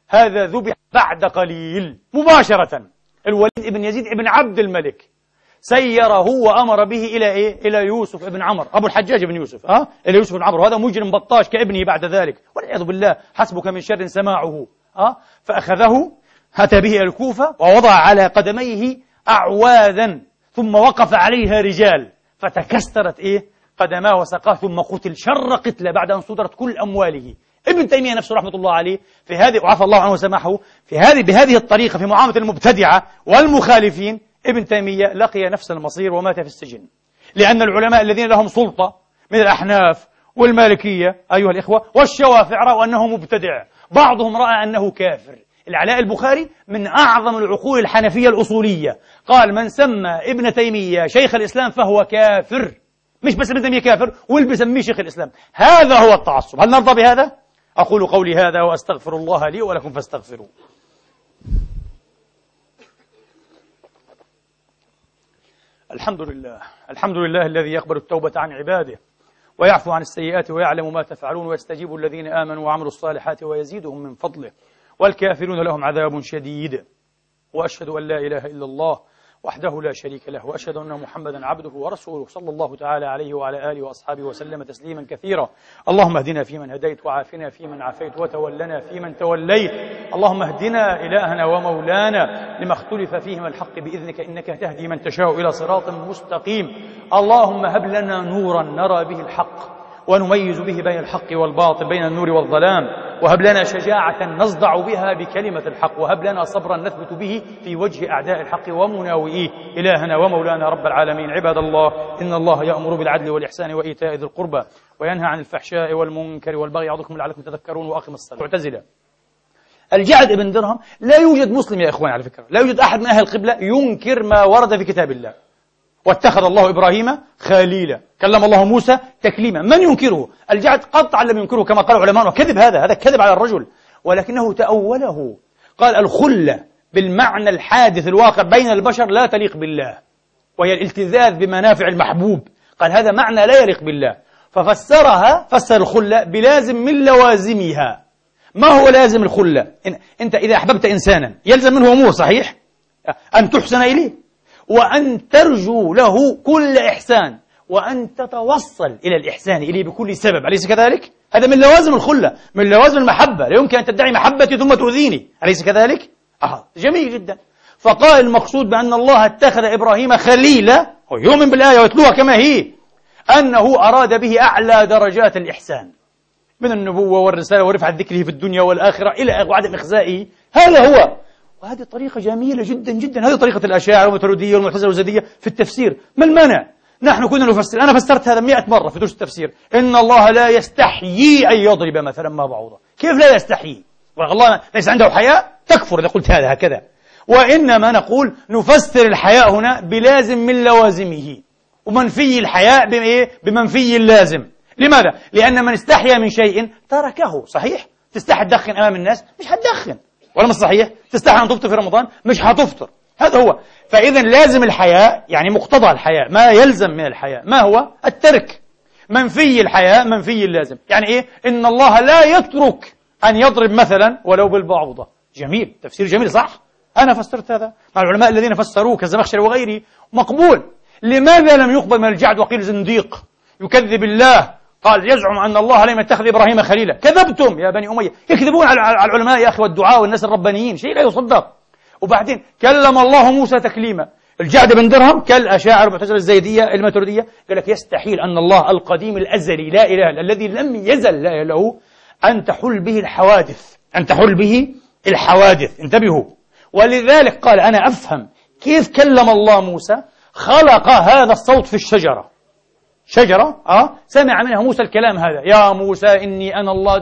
هذا ذبح بعد قليل مباشرة. الوليد بن يزيد بن عبد الملك سيره وأمر به إلى إيه؟ إلى يوسف بن عمرو أبو الحجاج بن يوسف، إلى يوسف بن عمرو، وهذا مجرم بطاش كابنه بعد ذلك، والعياذ بالله، حسبك من شر سماعه. فأخذه، أتى به إلى الكوفة ووضع على قدميه أعواذا، ثم وقف عليها رجال فتكسرت قدماه وساقاه، ثم قتل شر قتله بعد أن صدرت كل أمواله. ابن تيمية نفسه رحمة الله عليه في هذه، وعفى الله عنه وسمحه، بهذه الطريقة في معاملة المبتدعة والمخالفين، ابن تيمية لقي نفس المصير ومات في السجن، لأن العلماء الذين لهم سلطة من الأحناف والمالكية أيها الإخوة والشوافع رأوا أنه مبتدع، بعضهم رأى أنه كافر. العلاء البخاري من أعظم العقول الحنفية الأصولية قال: من سمى ابن تيمية شيخ الإسلام فهو كافر. مش بس ابن تيمية كافر، واللي بيسميه شيخ الإسلام. هذا هو التعصب. هل نرضى بهذا؟ أقول قولي هذا وأستغفر الله لي ولكم فاستغفروه. الحمد لله الذي يقبل التوبة عن عباده ويعفو عن السيئات ويعلم ما تفعلون ويستجيب الذين آمنوا وعملوا الصالحات ويزيدهم من فضله، والكافرون لهم عذاب شديد. وأشهد أن لا إله إلا الله وحده لا شريك له، وأشهد أن محمدا عبده ورسوله صلى الله تعالى عليه وعلى آله وأصحابه وسلم تسليما كثيرا. اللهم اهدنا فيمن هديت، وعافنا فيمن عافيت، وتولنا فيمن توليت. اللهم اهدنا إلهنا ومولانا لما اختلف فيه من الحق بإذنك، إنك تهدي من تشاء إلى صراط مستقيم. اللهم هب لنا نورا نرى به الحق ونميز به بين الحق والباطل، بين النور والظلام، وهب لنا شجاعة نصدع بها بكلمة الحق، وهب لنا صبرا نثبت به في وجه أعداء الحق ومناوئيه. إلهنا ومولانا رب العالمين، عباد الله، إن الله يأمر بالعدل والإحسان وإيتاء ذي القربى وينهى عن الفحشاء والمنكر والبغي يعظكم لعلكم تذكرون. وأقم الصلاة. معتزلة. الجعد بن درهم، لا يوجد مسلم يا إخوان على فكرة، لا يوجد أحد من أهل القبلة ينكر ما ورد في كتاب الله. واتخذ الله إبراهيم خليلا، كلم الله موسى تكليما. من ينكره؟ الجعد قطعا لم ينكره كما قال العلماء، وكذب هذا كذب على الرجل، ولكنه تأوله. قال: الخلة بالمعنى الحادث الواقع بين البشر لا تليق بالله، وهي الالتذاذ بمنافع المحبوب. قال هذا معنى لا يليق بالله، فسر الخلة بلازم من لوازمها. ما هو لازم الخلة؟ أنت إذا أحببت إنسانا يلزم منه أمور، صحيح؟ أن تحسن إليه، وأن ترجو له كل إحسان، وأن تتوصل إلى الإحسان إليه بكل سبب، أليس كذلك؟ هذا من لوازم الخلة، من لوازم المحبة. لا يمكن أن تدعي محبتي ثم تؤذيني، أليس كذلك؟ جميل جدا. فقال المقصود بأن الله اتخذ إبراهيم خليلا، ويؤمن بالآية ويتلوها كما هي، أنه أراد به أعلى درجات الإحسان من النبوة والرسالة ورفعة ذكره في الدنيا والآخرة إلى وعدم إخزائه. هذا هو. وهذه طريقة جميلة جدا جدا. هذه طريقة الأشاعرة والماتريدية والمعتزلة والزيدية في التفسير. ما المانع؟ نحن كنا نفسر، أنا فسرت هذا 100 مرة في دروس التفسير، إن الله لا يستحيي أن يضرب مثلا ما بعوضة. كيف لا يستحيي؟ الله ليس عنده حياء؟ تكفر إذا قلت هذا هكذا. وإنما نقول نفسر الحياء هنا بلازم من لوازمه، ومنفي الحياء بمنفي اللازم. لماذا؟ لأن من استحيا من شيء تركه. صحيح؟ تستحي تدخن أمام الناس، مش هتدخن، ولا مش صحيح؟ تستحي أن تفطر في رمضان، مش هتفطر. هذا هو. فإذا لازم الحياء، يعني مقتضى الحياء، ما يلزم من الحياء ما هو؟ الترك. منفي الحياء منفي اللازم. يعني إيه؟ إن الله لا يترك أن يضرب مثلا ولو بالبعوضة. جميل، تفسير جميل، صح؟ أنا فسرت هذا مع العلماء الذين فسروه كالزمخشري وغيره، مقبول. لماذا لم يقبل من الجعد وقيل زنديق يكذب الله؟ قال يزعم أن الله لم يتخذ إبراهيم خليلا. كذبتم يا بني أمية. يكذبون على العلماء يا أخي والدعاء والناس الربانيين، شيء لا يصدق. وبعدين كلم الله موسى تكليما. الجعد بن درهم كالأشاعرة والمعتزلة الزيدية الماتريدية قال لك يستحيل أن الله القديم الأزلي لا إله إلا الذي لم يزل لا إله له أن تحل به الحوادث، أن تحل به الحوادث. انتبهوا. ولذلك قال أنا أفهم كيف كلم الله موسى، خلق هذا الصوت في الشجرة. شجرة سمع منها موسى الكلام هذا، يا موسى إني أنا الله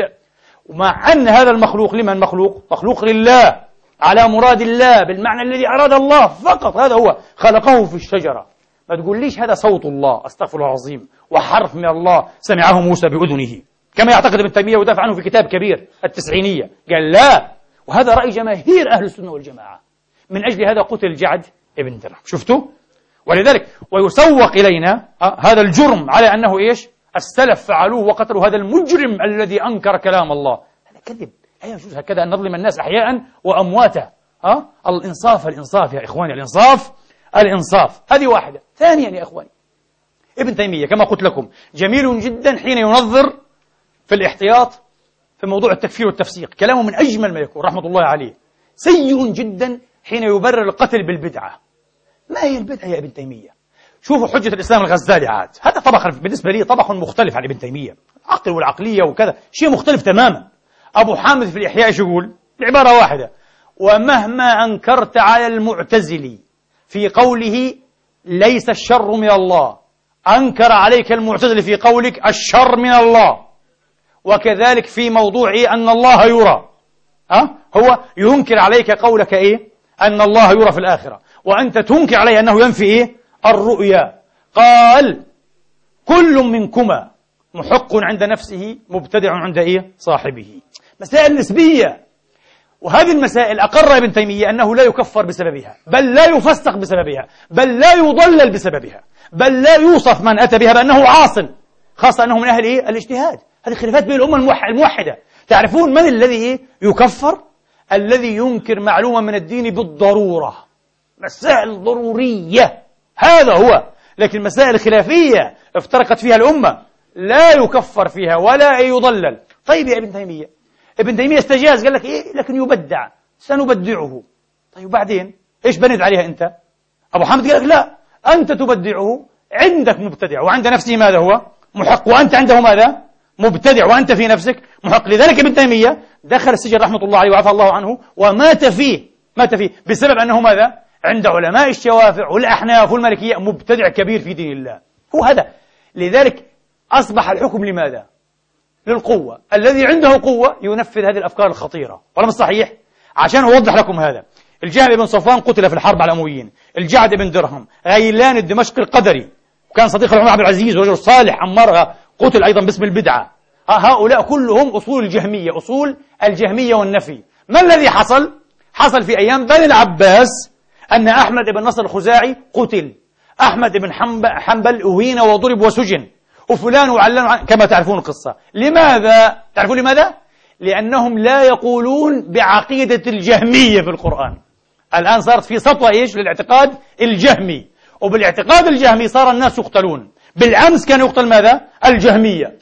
ومع أن هذا المخلوق لمن مخلوق؟ مخلوق لله على مراد الله بالمعنى الذي أراد الله فقط. هذا هو، خلقه في الشجرة. ما تقول ليش هذا صوت الله، أستغفر الله العظيم، وحرف من الله سمعه موسى بأذنه كما يعتقد ابن تيمية ودافع عنه في كتاب كبير التسعينية. قال لا، وهذا رأي جماهير أهل السنة والجماعة. من أجل هذا قتل الجعد ابن درهم. شفتوا؟ ولذلك ويسوق إلينا هذا الجرم على أنه إيش؟ السلف فعلوه وقتلوا هذا المجرم الذي أنكر كلام الله. هذا كذب. لا يجوز هكذا أن نظلم الناس أحياء وأمواتا. الإنصاف الإنصاف يا إخواني، الإنصاف الإنصاف. هذه واحدة. ثانيا يا إخواني، ابن تيمية كما قلت لكم جميل جدا حين ينظر في الاحتياط في موضوع التكفير والتفسيق، كلامه من أجمل ما يكون رحمة الله عليه. سيء جدا حين يبرر القتل بالبدعة. ما هي البدعة يا ابن تيمية؟ شوفوا حجة الإسلام الغزالي عاد، هذا طبق بالنسبة لي طبق مختلف عن ابن تيمية، العقل والعقلية وكذا شيء مختلف تماما. أبو حامد في الإحياء شو يقول؟ بعبارة واحدة: ومهما أنكرت على المعتزلي في قوله ليس الشر من الله، أنكر عليك المعتزلي في قولك الشر من الله. وكذلك في موضوع أن الله يرى، هو ينكر عليك قولك أن الله يرى في الآخرة، وأنت تنكر عليه أنه ينفي الرؤيا. قال: كل منكما محق عند نفسه مبتدع عند صاحبه. مسائل نسبية، وهذه المسائل أقر ابن تيمية أنه لا يكفر بسببها، بل لا يفسق بسببها، بل لا يضلل بسببها، بل لا يوصف من أتى بها بأنه عاص، خاصة أنه من أهل الاجتهاد. هذه خلافات بين الأمة الموحدة. تعرفون من الذي يكفر؟ الذي ينكر معلومة من الدين بالضرورة، مسائل ضرورية، هذا هو. لكن مسائل خلافية افترقت فيها الأمة لا يكفر فيها ولا يضلل. طيب يا ابن تيمية، ابن تيمية استجاز، قال لك لكن يبدع، سنبدعه. طيب وبعدين إيش بند عليها أنت؟ أبو حامد قال لك لا، أنت تبدعه، عندك مبتدع وعند نفسه ماذا هو؟ محق، وأنت عنده ماذا؟ مبتدع، وأنت في نفسك محق. لذلك ابن تيمية دخل السجن رحمة الله عليه وعفى الله عنه، ومات فيه بسبب أنه ماذا؟ عند علماء الشوافع والأحناف والمالكية مبتدع كبير في دين الله. هو هذا. لذلك أصبح الحكم لماذا؟ للقوة. الذي عنده قوة ينفذ هذه الأفكار الخطيرة، ولا مش صحيح؟ عشان أوضح لكم هذا، الجهم بن صفوان قتل في الحرب على الأمويين، الجعد بن درهم، غيلان الدمشقي القدري، وكان صديق العمر عبد العزيز ورجل صالح عمار، قتل أيضا باسم البدعة. هؤلاء كلهم أصول الجهمية، أصول الجهمية والنفي. ما الذي حصل؟ حصل في أيام بني العباس أن أحمد بن نصر الخزاعي قتل، أحمد بن حنبل أهين وضرب وسجن، وفلان وعلان، كما تعرفون القصة. لماذا؟ تعرفون لماذا؟ لأنهم لا يقولون بعقيدة الجهمية في القرآن. الآن صارت في سطوة للاعتقاد الجهمي، وبالاعتقاد الجهمي صار الناس يقتلون. بالأمس كان يقتل ماذا؟ الجهمية.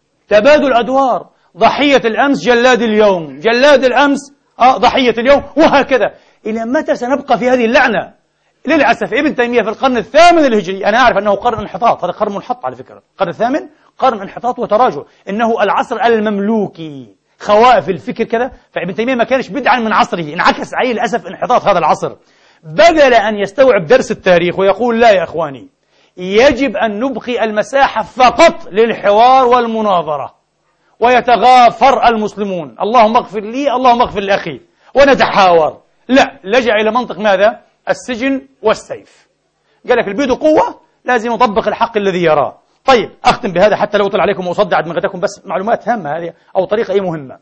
تبادل أدوار، ضحية الأمس جلاد اليوم، جلاد الأمس ضحية اليوم، وهكذا. إلى متى سنبقى في هذه اللعنة؟ للأسف ابن تيمية في القرن الثامن الهجري، أنا أعرف أنه قرن انحطاط، هذا قرن منحط على فكرة، القرن الثامن قرن انحطاط وتراجع، إنه العصر المملوكي، خوائف الفكر كذا. فابن تيمية ما كانش بدعا من عصره، انعكس عليه للأسف انحطاط هذا العصر. بدل أن يستوعب درس التاريخ ويقول لا يا إخواني، يجب أن نبقي المساحة فقط للحوار والمناظرة، ويتغافر المسلمون، اللهم اغفر لي، اللهم اغفر لأخي، ونتحاور. لا، لجأ إلى منطق ماذا؟ السجن والسيف. قال لك البيد قوة، لازم نطبق الحق الذي يراه. طيب أختم بهذا حتى لو طلع عليكم وأصدع دماغكم، بس معلومات هامة هذه أو طريقة مهمة.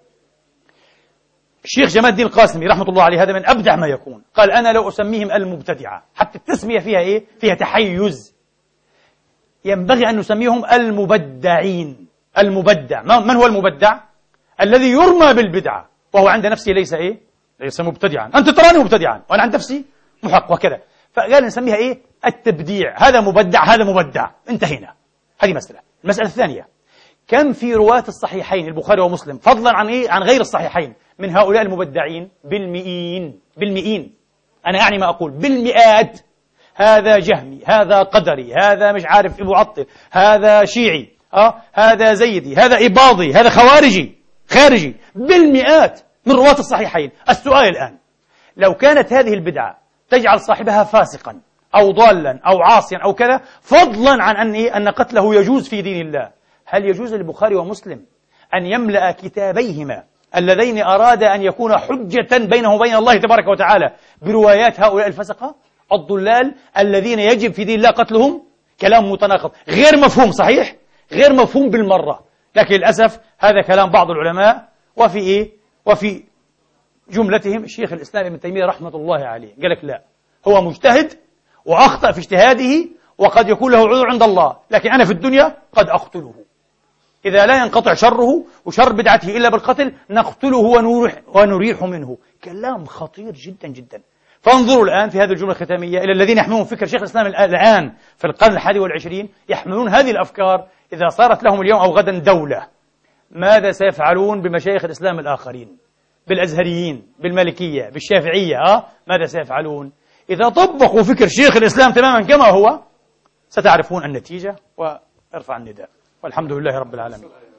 الشيخ جمال الدين القاسمي رحمة الله عليه، هذا من أبدع ما يكون، قال أنا لو أسميهم المبتدعة، حتى التسمية فيها فيها تحيز، ينبغي أن نسميهم المبدعين. المبدع، من هو المبدع؟ الذي يرمى بالبدعة وهو عند نفسه ليس مبتدعا. أنت تراني مبتدعا وأنا عند نفسي محق، وكذا. فقال نسميها التبديع. هذا مبدع، هذا مبدع، انتهينا. هذه مسألة. المسألة الثانية، كم في رواة الصحيحين البخاري ومسلم فضلا عن غير الصحيحين من هؤلاء المبدعين؟ بالمئين. أنا أعني ما أقول، بالمئات. هذا جهمي، هذا قدري، هذا مش عارف معطل، هذا شيعي، هذا زيدي، هذا إباضي، هذا خارجي، بالمئات من رواة الصحيحين. السؤال الآن، لو كانت هذه البدعة تجعل صاحبها فاسقا أو ضالا أو عاصيا أو كذا، فضلا عن أن قتله يجوز في دين الله، هل يجوز للبخاري ومسلم أن يملأ كتابيهما اللذين أراد أن يكون حجة بينه وبين الله تبارك وتعالى بروايات هؤلاء الفسقة الضلال الذين يجب في دين الله قتلهم؟ كلام متناقض، غير مفهوم، صحيح غير مفهوم بالمرة. لكن للأسف هذا كلام بعض العلماء، وفي جملتهم الشيخ الإسلام ابن تيمية رحمة الله عليه، قال لك لا، هو مجتهد وأخطأ في اجتهاده، وقد يكون له عذر عند الله، لكن أنا في الدنيا قد أقتله. إذا لا ينقطع شره وشر بدعته إلا بالقتل نقتله ونريح منه. كلام خطير جدا جدا. فانظروا الآن في هذه الجملة الختامية إلى الذين يحملون فكر شيخ الإسلام الآن في القرن 21 يحملون هذه الأفكار إذا صارت لهم اليوم أو غدا دولة. ماذا سيفعلون بمشايخ الإسلام الآخرين؟ بالأزهريين، بالمالكية، بالشافعية، ماذا سيفعلون؟ إذا طبقوا فكر شيخ الإسلام تماما كما هو ستعرفون النتيجة وارفع النداء. والحمد لله رب العالمين.